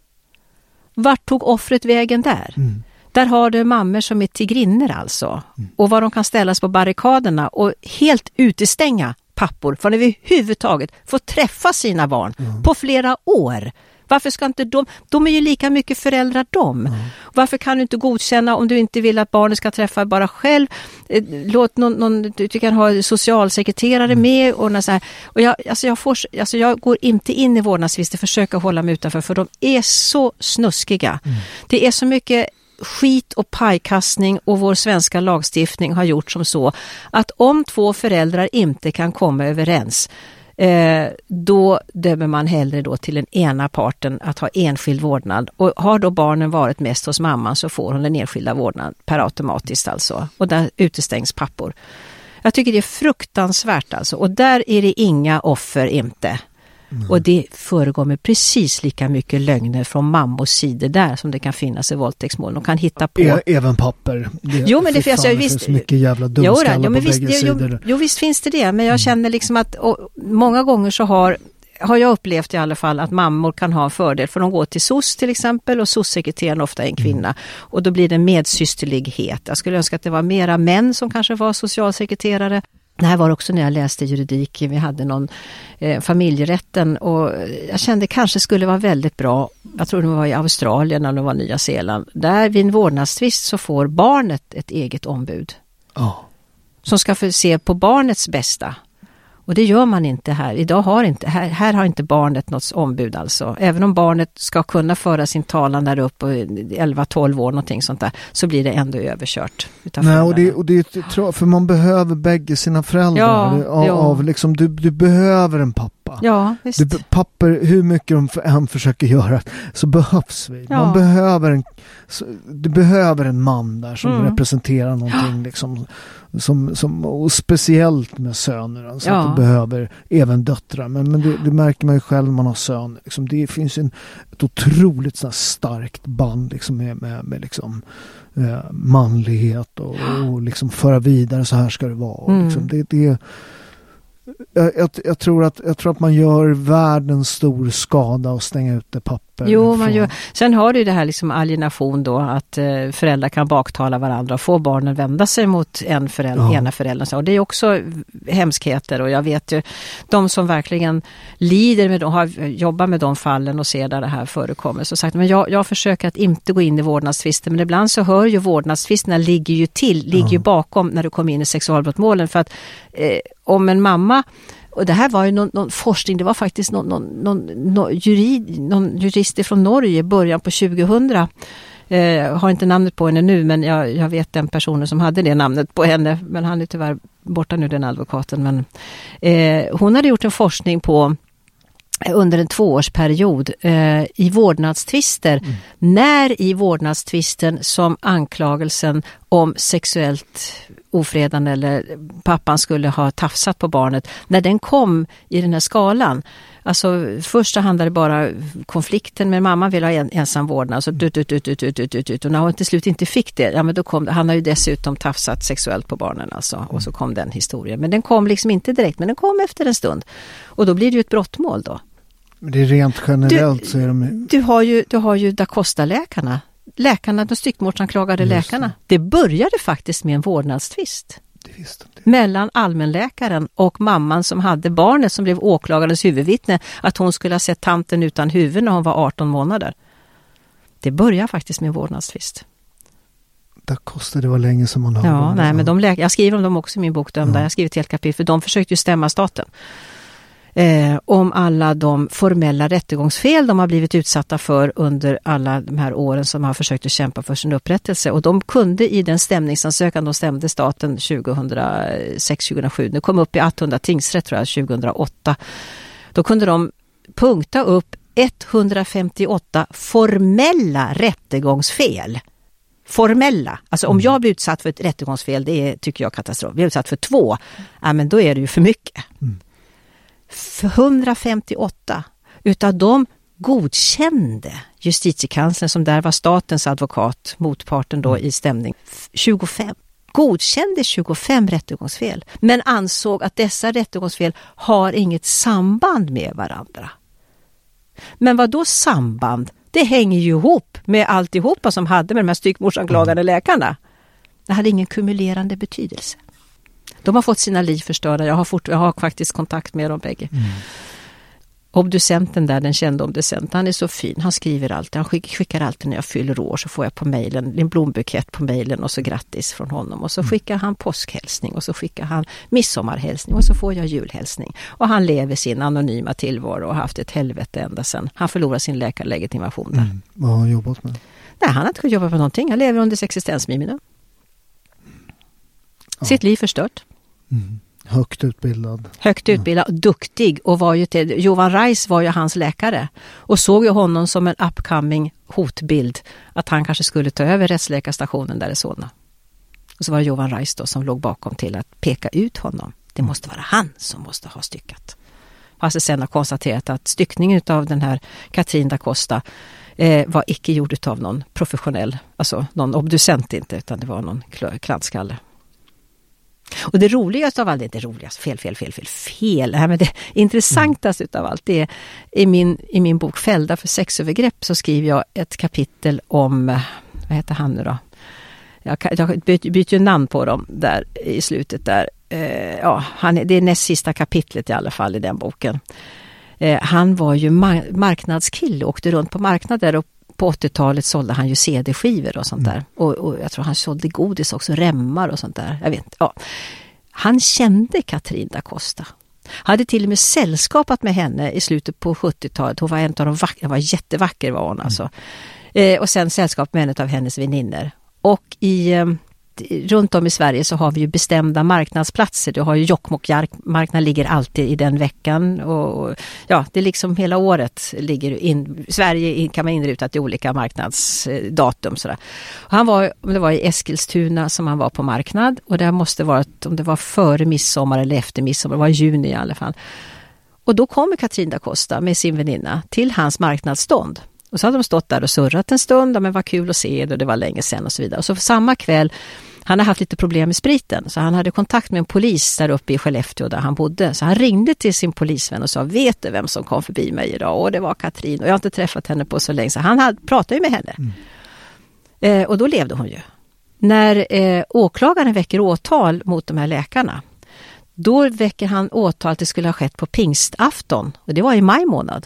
Vart tog offret vägen där? Mm. Där har du mammor som är tigrinner alltså. Mm. Och var de kan ställas på barrikaderna och helt utestänga pappor från överhuvudtaget få träffa sina barn mm. på flera år. Varför ska inte de, de är ju lika mycket föräldrar de. Mm. Varför kan du inte godkänna om du inte vill att barnet ska träffa bara själv? Låt någon, någon du kan ha socialsekreterare mm. med och så här. Och jag, alltså jag, får, alltså jag går inte in i vårdnadstvister, försöker hålla mig utanför för de är så snuskiga. Mm. Det är så mycket skit och pajkastning och vår svenska lagstiftning har gjort som så att om två föräldrar inte kan komma överens Eh, då dömer man hellre då till den ena parten att ha enskild vårdnad. Och har då barnen varit mest hos mamman så får hon den enskilda vårdnaden per automatiskt alltså. Och där utestängs pappor. Jag tycker det är fruktansvärt alltså. Och där är det inga offer inte. Mm. Och det förekommer precis lika mycket lögner från mammors sidor där som det kan finnas i våldtäktsmål. De kan hitta på... E- även papper. Det, jo, men det finns, fan, jag, visst, det finns mycket jävla dumskallar jo, jo, på visst, bägge jo, sidor. Jo, visst finns det det. Men jag känner liksom att och, många gånger så har, har jag upplevt i alla fall att mammor kan ha en fördel. För de går till S O S till exempel och S O S-sekreteraren ofta är en kvinna. Mm. Och då blir det medsysterlighet. Jag skulle önska att det var mera män som kanske var socialsekreterare. Det här var också när jag läste juridik. Vi hade någon eh, familjerätten och jag kände kanske skulle vara väldigt bra. Jag tror det var i Australien eller det var Nya Zeeland. Där vid en vårdnadstvist så får barnet ett eget ombud. Oh. Som ska få se på barnets bästa. Och det gör man inte här. Idag har inte, här, här har inte barnet något ombud alltså. Även om barnet ska kunna föra sin talan där upp och elva tolv år någonting sånt där, så blir det ändå överkört. Nej, och det, och det är för man behöver bägge sina föräldrar. Ja, av, ja. Av, liksom, du, du behöver en pappa. Ja, visst. Du, papper, hur mycket de än försöker göra så behövs vi. Ja. Man behöver en, du behöver en man där som mm. representerar någonting liksom, som, som, och speciellt med söner. Alltså ja. Att du behöver även döttrar. Men, men det, det märker man ju själv när man har söner. Liksom, det finns en, ett otroligt så här, starkt band liksom, med, med, med liksom, eh, manlighet och, och liksom föra vidare så här ska det vara. Och, mm. liksom, det, det Jag, jag, jag, tror att, jag tror att man gör världens stor skada och stänga ut det papper. Jo, man gör. Sen har du ju det här liksom alienation då, att eh, föräldrar kan baktala varandra och få barnen vända sig mot en förälder, ja. ena föräldern. Och det är också hemskheter, och jag vet ju de som verkligen lider med dem, har jobbat med de fallen och ser där det här förekommer. Så sagt, men jag, jag försöker att inte gå in i vårdnadstvister, men ibland så hör ju vårdnadstvisterna ligger ju till, ligger ju bakom när du kommer in i sexualbrottmålen, för att eh, om en mamma, och det här var ju någon, någon forskning, det var faktiskt någon, någon, någon, någon, jurid, någon jurist från Norge i början på tjugohundra. Eh, har inte namnet på henne nu, men jag, jag vet den personen som hade det namnet på henne, men han är tyvärr borta nu, den advokaten. Men, eh, hon hade gjort en forskning på under en tvåårsperiod eh, i vårdnadstvister. Mm. När i vårdnadstvisten som anklagelsen om sexuellt ofredande eller pappan skulle ha tafsat på barnet, när den kom i den här skalan. Alltså först handlade det bara konflikten med mamma vill ha en, ensam vårdnad, så dut, dut, dut, dut, dut, dut, dut. Och när hon till slut inte fick det, ja men då kom, han har ju dessutom tafsat sexuellt på barnen alltså, och så kom den historien. Men den kom liksom inte direkt, men den kom efter en stund. Och då blir det ju ett brottmål då. Men det är rent generellt du, så är de... Du har ju, du har ju Da Costa-läkarna. Läkarna, de styckmordsanklagade läkarna. Det började faktiskt med en vårdnadstvist. Det visste inte. Mellan allmänläkaren och mamman som hade barnet, som blev åklagarens huvudvittne, att hon skulle ha sett tanten utan huvud när hon var arton månader. Det började faktiskt med en vårdnadstvist. Det kostade, det var länge som man hörde. Ja, nej, men de läkare, jag skriver om dem också i min bok Dömda. Ja. Jag har skrivit ett helt kapitel, för de försökte ju stämma staten. Eh, om alla de formella rättegångsfel de har blivit utsatta för under alla de här åren som har försökt att kämpa för sin upprättelse. Och de kunde i den stämningsansökan, de stämde staten tjugohundrasex tjugohundrasju, det kom upp i åttahundra tingsrätt tror jag, tjugohundraåtta. Då kunde de punkta upp etthundrafemtioåtta formella rättegångsfel. Formella. Alltså om jag blir utsatt för ett rättegångsfel, det är, tycker jag, katastrof. Blir utsatt för två, ja, men då är det ju för mycket. Mm. etthundrafemtioåtta utav dem godkände justitiekanslern, som där var statens advokat, motparten då i stämning, tjugofem. Godkände tjugofem rättegångsfel, men ansåg att dessa rättegångsfel har inget samband med varandra. Men vad då samband? Det hänger ju ihop med alltihopa som hade med de här styckmordsanklagade läkarna. Det hade ingen kumulerande betydelse. De har fått sina liv förstörda. Jag har, fort, jag har faktiskt kontakt med dem bägge. Mm. Obducenten där, den kände obducenten, han är så fin. Han skriver alltid. Han skick, skickar alltid när jag fyller år, så får jag på mejlen en blombukett på mejlen och så grattis från honom. Och så skickar han påskhälsning och så skickar han midsommarhälsning och så får jag julhälsning. Och han lever sin anonyma tillvaro och har haft ett helvete ända sedan han förlorade sin läkarlegitimation där. Mm. Vad har han jobbat med? Nej, han har inte kunnat jobba med någonting. Han lever under existensminimum. Ja. Sitt liv förstört. Mm. Högt utbildad. Högt utbildad, ja. Duktig, och var ju till, Johan Reis var ju hans läkare och såg ju honom som en upcoming hotbild, att han kanske skulle ta över rättsläkarstationen där i Solna. Och så var det Johan Reis då som låg bakom till att peka ut honom. Det måste vara han som måste ha styckat. Fast det sen har konstaterat att styckningen av den här Katrin da Costa eh, var icke gjord av någon professionell, alltså någon obducent inte, utan det var någon klantskalle. Och det roligaste av allt, det är det roligaste, fel, fel, fel, fel, fel. Nej, men det intressantaste mm. av allt, det är i min, i min bok Fällda för sexövergrepp, så skriver jag ett kapitel om, vad heter han nu då? Jag, jag byter, byter ju namn på dem där i slutet där. Eh, ja, han, det är näst sista kapitlet i alla fall i den boken. Eh, han var ju ma- marknadskille, åkte runt på marknader, och på åttiotalet sålde han ju C D-skivor och sånt där. Mm. Och, och jag tror han sålde godis också, remmar och sånt där. Jag vet inte. Ja. Han kände Katrin da Costa. Hade till och med sällskapat med henne i slutet på sjuttiotalet. Hon var en av de vackra, var jättevacker var hon alltså. Eh, och sen sällskap med en av hennes väninner. Och i... Eh, runt om i Sverige så har vi ju bestämda marknadsplatser. Du har ju Jokkmokk-marknaden, ligger alltid i den veckan, och ja, det är liksom hela året ligger in, Sverige kan man inruta till olika marknadsdatum sådär. Och han var, det var i Eskilstuna som han var på marknad, och det måste vara, om det var före midsommar eller efter midsommar, det var i juni i alla fall. Och då kommer Katrin da Costa med sin väninna till hans marknadsstånd. Och så hade de stått där och surrat en stund, men vad kul att se det och det var länge sedan och så vidare. Och så samma kväll, han har haft lite problem med spriten, så han hade kontakt med en polis där uppe i Skellefteå där han bodde. Så han ringde till sin polisvän och sa, vet du vem som kom förbi mig idag? Och det var Katrin, och jag har inte träffat henne på så länge. Så han hade, pratade ju med henne. Mm. Eh, och då levde hon ju. När eh, åklagaren väcker åtal mot de här läkarna, då väcker han åtal att det skulle ha skett på pingstafton. Och det var i maj månad.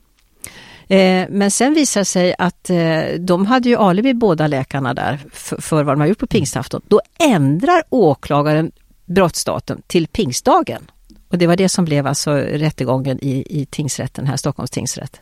Eh, men sen visar sig att eh, de hade ju alibi båda läkarna där för, för vad de har gjort på pingstafton. Då ändrar åklagaren brottsdatum till pingstdagen. Och det var det som blev alltså rättegången i, i tingsrätten här, Stockholms tingsrätt.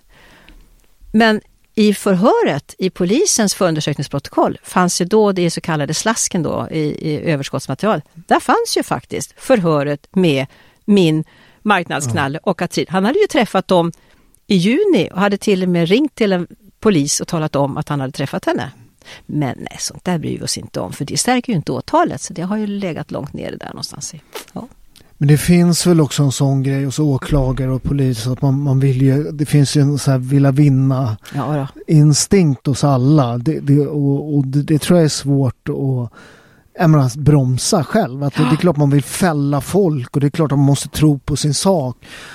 Men i förhöret, i polisens förundersökningsprotokoll, fanns ju då det så kallade slasken då i, i överskottsmaterial. Där fanns ju faktiskt förhöret med min marknadsknalle och Katrin. Han hade ju träffat dem i juni och hade till och med ringt till en polis och talat om att han hade träffat henne. Men nej, sånt där bryr vi oss inte om, för det stärker ju inte åtalet, så det har ju legat långt ner där någonstans. Ja. Men det finns väl också en sån grej hos åklagare och polis att man, man vill ju, det finns ju en så här vilja vinna ja, instinkt hos alla. Det, det, och och det, det tror jag är svårt att jag menar, bromsa själv. Att det, det är klart man vill fälla folk och det är klart att man måste tro på sin sak.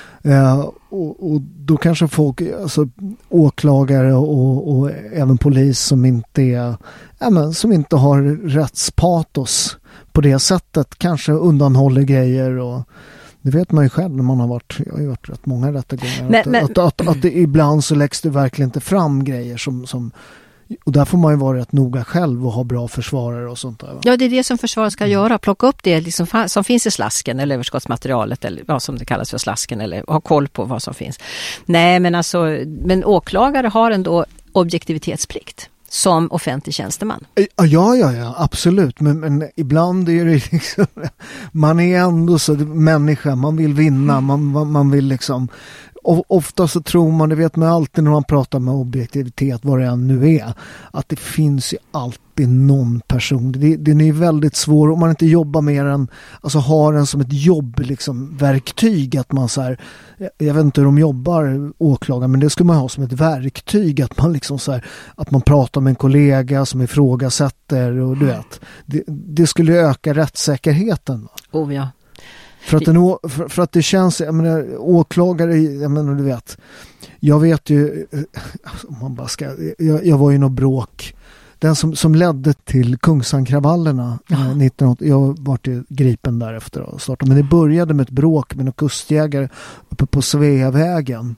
Uh, och, och då kanske folk, alltså åklagare och, och även polis som inte är, ja, men, som inte har rättspatos på det sättet kanske undanhåller grejer, och det vet man ju själv när man har varit, jag har ju varit rätt många rättegångar, men, att, men, att, att, att det, ibland så läggs det verkligen inte fram grejer som, som och där får man ju vara rätt noga själv och ha bra försvarare och sånt där. Va? Ja, det är det som försvaret ska mm. göra. Plocka upp det liksom, som finns i slasken eller överskottsmaterialet eller vad som det kallas för slasken, eller ha koll på vad som finns. Nej, men alltså, men åklagare har ändå objektivitetsplikt som offentlig tjänsteman. Ja, ja, ja, absolut. Men, men ibland är det liksom, man är ändå så människa, man vill vinna, man, man, man vill liksom. Och ofta så tror man, det vet man alltid när man pratar med objektivitet, vad det än nu är, att det finns ju alltid någon person. Det, det är väldigt svårt om man inte jobbar med den, alltså har den som ett jobb, liksom verktyg, att man så här, jag vet inte hur de jobbar åklagare, men det skulle man ha som ett verktyg, att man liksom så här, att man pratar med en kollega som ifrågasätter, och du vet, det, det skulle öka rättssäkerheten. Oh ja. För att, en, för, för att det känns, jag menar, åklagare, jag menar, du vet, jag vet ju, om man bara ska, jag, jag var ju något bråk, den som, som ledde till Kungsankravallerna eh, nittonhundraåttio, jag var ju gripen därefter och startade, men det började med ett bråk med några kustjägare uppe på Sveavägen,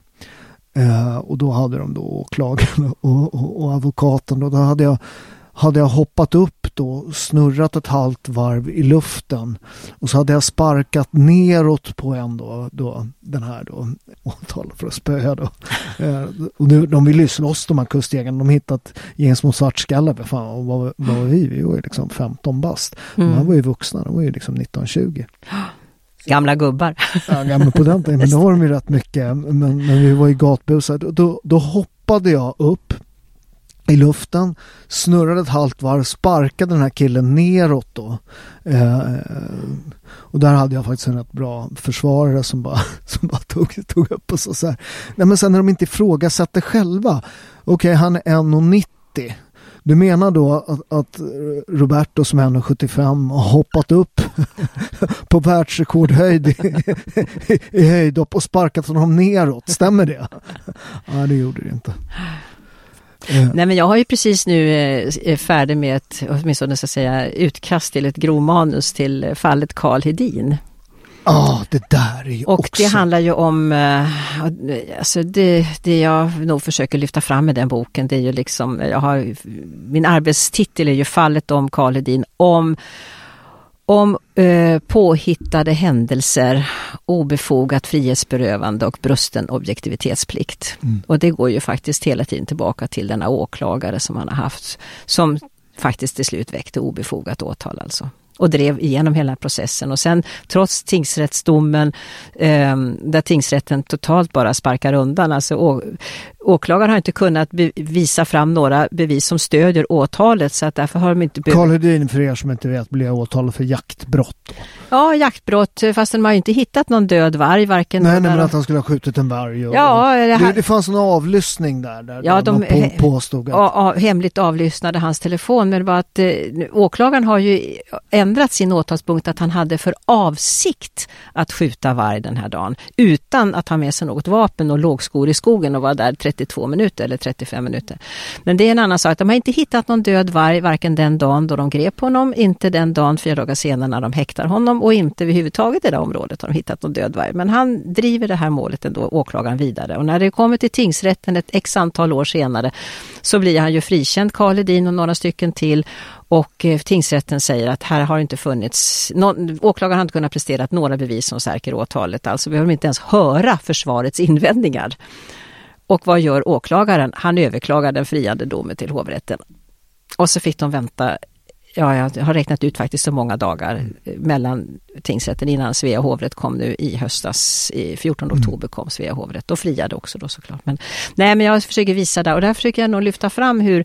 eh, och då hade de då åklagaren och, och, och advokaten, och då hade jag hade jag hoppat upp då, snurrat ett halvt varv i luften, och så hade jag sparkat neråt på en då, då den här då, åtal för att spöa då. eh, och nu, de vill ju slåss, de här kustjägarna, de hittat gäng små svartskallar, för fan, och vad, vad var vi? Vi var ju liksom femton bast. Mm. Man var ju vuxna, de var ju liksom nitton tjugo. Gamla gubbar. Ja, gamla på den tiden, men då var de ju rätt mycket, men, men vi var ju gatbusar. Då, då hoppade jag upp i luften, snurrade ett halvt varv, sparkade den här killen neråt då. Eh, och där hade jag faktiskt en rätt bra försvarare som bara, som bara tog, tog upp och så, så här. Nej, men sen när de inte ifrågasatte själva, okej, okay, han är en nittio. Du menar då att, att Roberto som är en sjuttiofem har hoppat upp på världsrekordhöjd i, i, i höjdhopp och sparkat honom neråt, stämmer det? Ja, det gjorde det inte. Mm. Nej, men jag har ju precis nu eh, färdig med ett, åtminstone så att säga, utkast till ett grovmanus till fallet Karl Hedin. Ja, ah, det där är ju och också. Det handlar ju om, eh, alltså det, det jag nog försöker lyfta fram med den boken, det är ju liksom, jag har, min arbetstitel är ju fallet om Karl Hedin, om om eh, påhittade händelser, obefogat frihetsberövande och brusten objektivitetsplikt. Mm. Och det går ju faktiskt hela tiden tillbaka till denna åklagare som han har haft, som faktiskt till slut väckte obefogat åtal alltså. och drev igenom hela processen. Och sen trots tingsrättsdomen eh, där tingsrätten totalt bara sparkar undan. Alltså å, åklagaren har inte kunnat be, visa fram några bevis som stödjer åtalet, så att därför har de inte... Be- Carl Hedin, för er som inte vet, blev åtalad för jaktbrott. Ja, jaktbrott, fast de har ju inte hittat någon död varg. Varken nej, nej, men att han skulle ha skjutit en varg. Och, ja, det, här... det, det fanns en avlyssning där, där, ja, där de man på, påstod att... ja, hemligt avlyssnade hans telefon, men det var att eh, åklagaren har ju ändrat sin åtalspunkt att han hade för avsikt att skjuta varg den här dagen utan att ha med sig något vapen och lågskor i skogen och var där trettiotvå minuter eller trettiofem minuter. Men det är en annan sak. De har inte hittat någon död varg varken den dagen då de grep honom, inte den dagen fyra dagar senare när de häktar honom och inte överhuvudtaget i det området har de hittat någon död varg. Men han driver det här målet ändå, åklagaren, vidare. Och när det kommer till tingsrätten ett x antal år senare så blir han ju frikänd, Carl Hedin och några stycken till. Och eh, tingsrätten säger att här har inte funnits, någon, åklagaren har inte kunnat prestera några bevis som stärker åtalet. Alltså vi har inte ens höra försvarets invändningar. Och vad gör åklagaren? Han överklagar den friande domen till hovrätten. Och så fick de vänta, ja jag har räknat ut faktiskt så många dagar mellan tingsrätten innan Svea hovrätt kom nu i höstas, i fjortonde oktober kom Svea hovrätt och friade också då såklart. Men, nej men jag försöker visa där och där försöker jag nog lyfta fram hur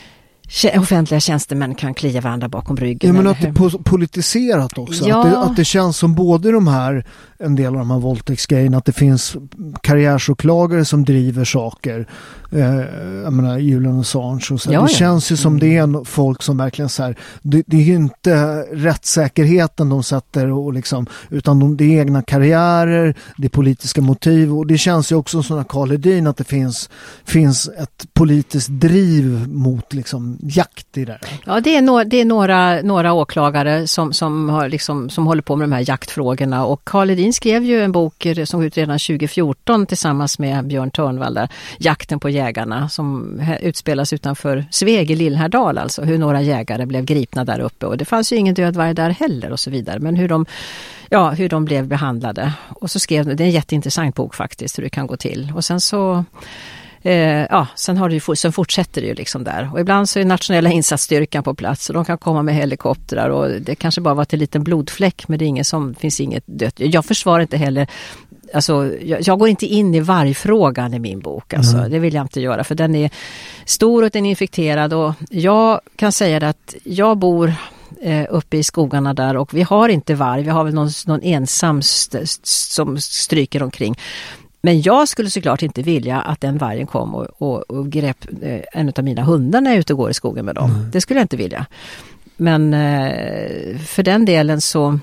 offentliga tjänstemän kan klia varandra bakom ryggen. Ja, men att det är politiserat också. Ja. Att, det, att det känns som både de här, en del av de här våldtäktsgrejerna, att det finns karriärsåklagare som driver saker. Eh, jag menar, Julian Assange och så. Ja, det ja. känns ju som mm. det är folk som verkligen så här, det, det är ju inte rättssäkerheten de sätter och liksom, utan de, det är egna karriärer, det är politiska motiv och det känns ju också som Carl Hedin att det finns, finns ett politiskt driv mot liksom jakt i det. Ja, det är, no- det är några, några åklagare som, som, har liksom, som håller på med de här jaktfrågorna och Carl Hedin skrev ju en bok som ut redan tjugo fjorton tillsammans med Björn Törnvall där, Jakten på jägarna, som utspelas utanför Sveg i Lillhärdal, alltså hur några jägare blev gripna där uppe och det fanns ju ingen död varg där heller och så vidare, men hur de, ja, hur de blev behandlade. Och så skrev, det är en jätteintressant bok faktiskt, hur det kan gå till. Och sen så Eh, ja, sen, har det ju, sen fortsätter det ju liksom där. Och ibland så är nationella insatsstyrkan på plats och de kan komma med helikoptrar och det kanske bara var till en liten blodfläck, men det är inget som, finns inget dött. Jag försvarar inte heller, alltså jag, jag går inte in i vargfrågan i min bok, alltså mm. det vill jag inte göra för den är stor och den är infekterad och jag kan säga det att jag bor eh, uppe i skogarna där och vi har inte varg, vi har väl någon, någon ensam st- st- som stryker omkring. Men jag skulle såklart inte vilja att den vargen kom och, och, och grepp eh, en av mina hundar när jag är ute och går i skogen med dem. Mm. Det skulle jag inte vilja. Men eh, för den delen så...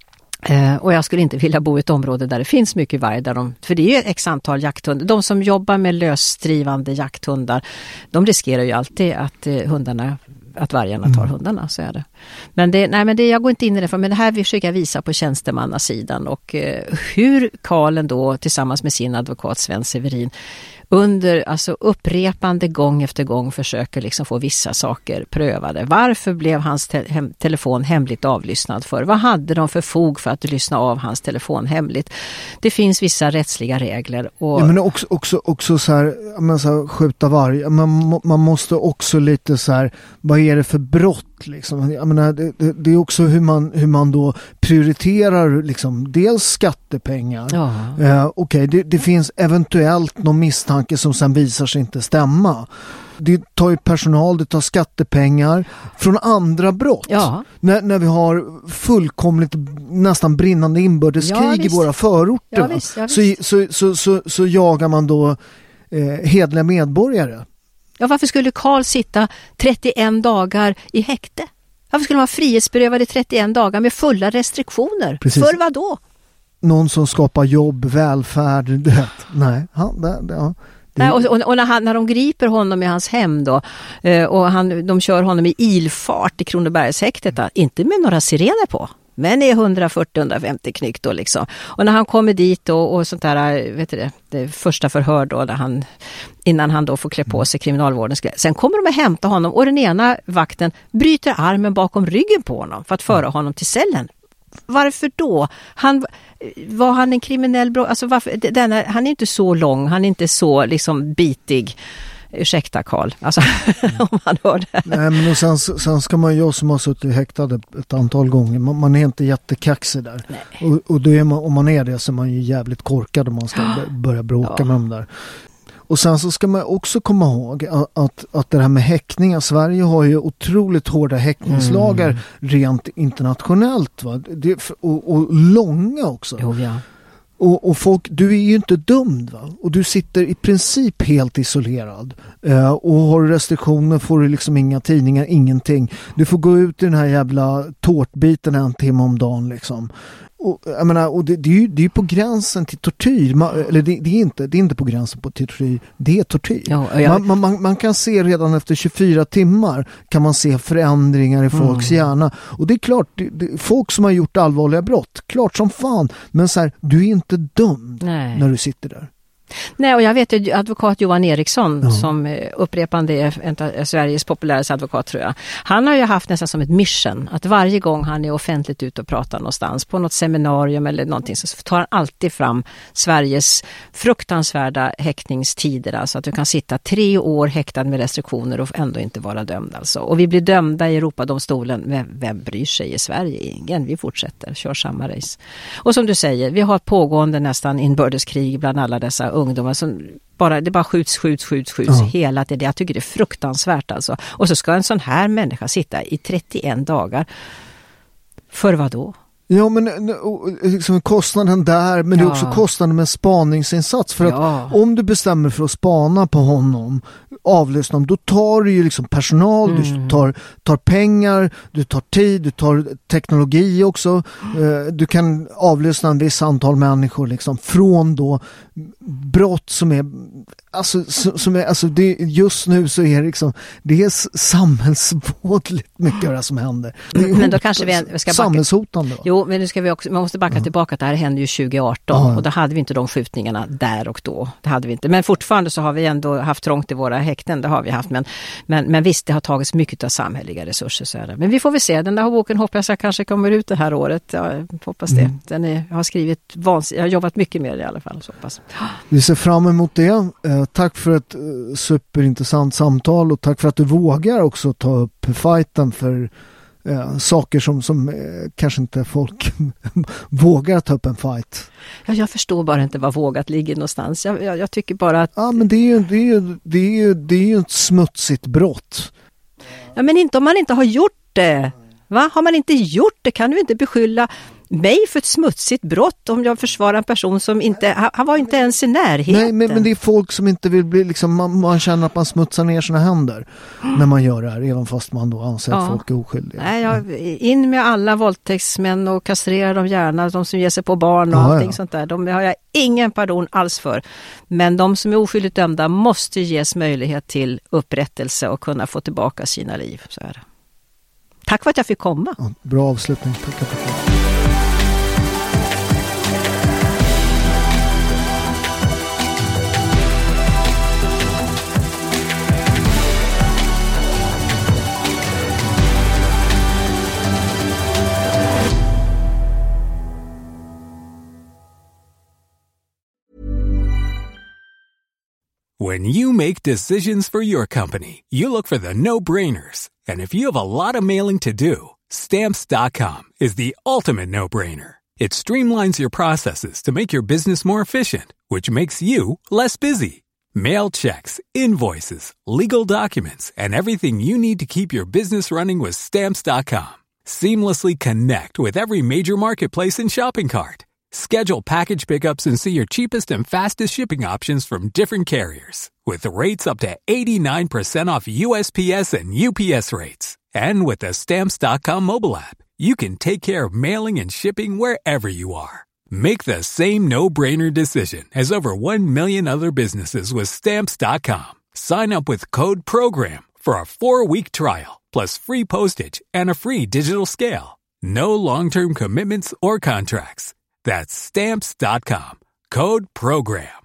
Eh, och jag skulle inte vilja bo i ett område där det finns mycket varg. Där de, för det är ju ett x antal jakthundar. De som jobbar med lösdrivande jakthundar, de riskerar ju alltid att eh, hundarna... att vargarna tar mm. hundarna, så är det. Men, det, nej, men det, jag går inte in i det, för men det här vi försöker visa på tjänstemannasidan och eh, hur Karlen då tillsammans med sin advokat Sven Severin under alltså upprepande gång efter gång försöker liksom få vissa saker prövade. Varför blev hans te- hem- telefon hemligt avlyssnad för? Vad hade de för fog för att lyssna av hans telefon hemligt? Det finns vissa rättsliga regler. Och... Ja, men också, också, också så här, men så här, skjuta varg. Man, man måste också lite så här, vad är det för brott? Liksom? Jag menar, det, det, det är också hur man, hur man då prioriterar liksom, dels skattepengar. Ja. Eh, Okej, okay, det, det finns eventuellt någon misstanke som sen visar sig inte stämma. Det tar ju personal, det tar skattepengar från andra brott. Ja. När, när vi har fullkomligt nästan brinnande inbördeskrig ja, i våra förorter. Ja, visst, ja, så, så, så, så, så jagar man då eh, hedliga medborgare. Ja, varför skulle Karl sitta trettioen dagar i häkte? Varför skulle man vara frihetsberövad i trettioen dagar med fulla restriktioner? Precis. För vad då? Någon som skapar jobb, välfärd, det. Nej, ja, det, det, ja. Det... Nej, och, och, och när, han, när de griper honom i hans hem då, eh, och han, de kör honom i ilfart i Kronobergshäktet, då, inte med några sirener på. Men är hundrafyrtio till hundrafemtio knyck då liksom. Och när han kommer dit då, och sånt där, vet du det, det första förhör då, där han, innan han då får klä på sig kriminalvårdens grej. Sen kommer de att hämta honom och den ena vakten bryter armen bakom ryggen på honom för att föra honom till cellen. Varför då? Han, var han en kriminell brott? Alltså varför, denna, han är inte så lång, han är inte så liksom bitig. ursäkta Carl, alltså om man hör det. Nej, men och sen, sen ska man ju som har suttit häktad ett antal gånger, man, man är inte jättekaxig där. Och, och då är man, om man är det så är man ju jävligt korkad om man ska b- börja bråka ja. med dem där. Och sen så ska man också komma ihåg att, att, att det här med häktningar, Sverige har ju otroligt hårda häktningslagar mm. rent internationellt. Va? Det, och, och långa också. Jo, ja. Och, och folk, du är ju inte dömd va? Och du sitter i princip helt isolerad. Eh, och har du restriktioner får du liksom inga tidningar, ingenting. Du får gå ut i den här jävla tårtbiten en timme om dagen liksom. Och, jag menar, och det, det, är ju, det är ju på gränsen till tortyr. Man, eller det, det, är inte, det är inte på gränsen på tortyr. Det är tortyr. Jo, jag... man, man, man kan se redan efter tjugofyra timmar kan man se förändringar i folks mm. hjärna. Och det är klart, det, det, folk som har gjort allvarliga brott, klart som fan. Men så här, du är inte dömd Nej. när du sitter där. Nej, och jag vet ju advokat Johan Eriksson ja. som upprepande är en av Sveriges populäraste advokat tror jag. Han har ju haft nästan som ett mission att varje gång han är offentligt ute och pratar någonstans på något seminarium eller någonting så tar han alltid fram Sveriges fruktansvärda häktningstider. Alltså att du kan sitta tre år häktad med restriktioner och ändå inte vara dömd alltså. Och vi blir dömda i Europadomstolen. Vem, vem bryr sig i Sverige? Ingen. Vi fortsätter. Kör samma race. Och som du säger, vi har ett pågående nästan inbördeskrig bland alla dessa ungdomar som bara, det bara skjuts, skjuts, skjuts, skjuts ja. hela tiden. Jag tycker det är fruktansvärt alltså. Och så ska en sån här människa sitta i trettioen dagar. För vad då? Ja, men liksom kostnaden där, men ja. det är också kostnaden med spaningsinsats. För ja. att om du bestämmer för att spana på honom, avlyssna honom, då tar du ju liksom personal, mm. du tar, tar pengar, du tar tid, du tar teknologi också. Mm. Du kan avlyssna en viss antal människor liksom från då brott som är alltså, som är, alltså det, just nu så är det liksom det är samhällsvådligt mycket av det som händer. Det är men då kanske vi ska backa. Samhällshotande. Va? Jo, men nu ska vi också, man måste backa ja. tillbaka. Det här hände ju tjugo arton ja. och då hade vi inte de skjutningarna där och då. Det hade vi inte. Men fortfarande så har vi ändå haft trångt i våra häkten, det har vi haft. Men, men, men visst, det har tagits mycket av samhälleliga resurser. Så är det. Men vi får väl se. Den där boken hoppas jag kanske kommer ut det här året. Jag hoppas det. Mm. Den är, jag har skrivit vans, jag har jobbat mycket med det i alla fall. Så hoppas. Vi ser fram emot det. Eh, tack för ett eh, superintressant samtal och tack för att du vågar också ta upp fighten för eh, saker som, som eh, kanske inte folk vågar ta upp en fight. Ja, jag förstår bara inte var vågat ligger någonstans. Jag, jag, jag tycker bara att... Ja, men det är ju, det är ju, det är ju, det är ju ett smutsigt brott. Ja, men inte om man inte har gjort det. Va? Har man inte gjort det kan du inte beskylla mig för ett smutsigt brott om jag försvarar en person som inte, han var inte ens i närheten. Nej, men, men det är folk som inte vill bli, liksom, man, man känner att man smutsar ner sina händer mm. när man gör det här, även fast man då anser ja. att folk är oskyldiga. Nej, jag, in med alla våldtäktsmän och kastrera dem gärna, de som ger sig på barn och ja, allting ja. sånt där. De har jag ingen pardon alls för. Men de som är oskyldigt dömda måste ges möjlighet till upprättelse och kunna få tillbaka sina liv. Så är det. Tack för att jag fick komma. Ja, bra avslutning. Tack för det. When you make decisions for your company, you look for the no-brainers. And if you have a lot of mailing to do, Stamps dot com is the ultimate no-brainer. It streamlines your processes to make your business more efficient, which makes you less busy. Mail checks, invoices, legal documents, and everything you need to keep your business running with Stamps dot com. Seamlessly connect with every major marketplace and shopping cart. Schedule package pickups and see your cheapest and fastest shipping options from different carriers. With rates up to eighty-nine percent off U S P S and U P S rates. And with the Stamps dot com mobile app, you can take care of mailing and shipping wherever you are. Make the same no-brainer decision as over one million other businesses with Stamps dot com. Sign up with code PROGRAM for a four-week trial, plus free postage and a free digital scale. No long-term commitments or contracts. That's Stamps dot com. Code PROGRAM.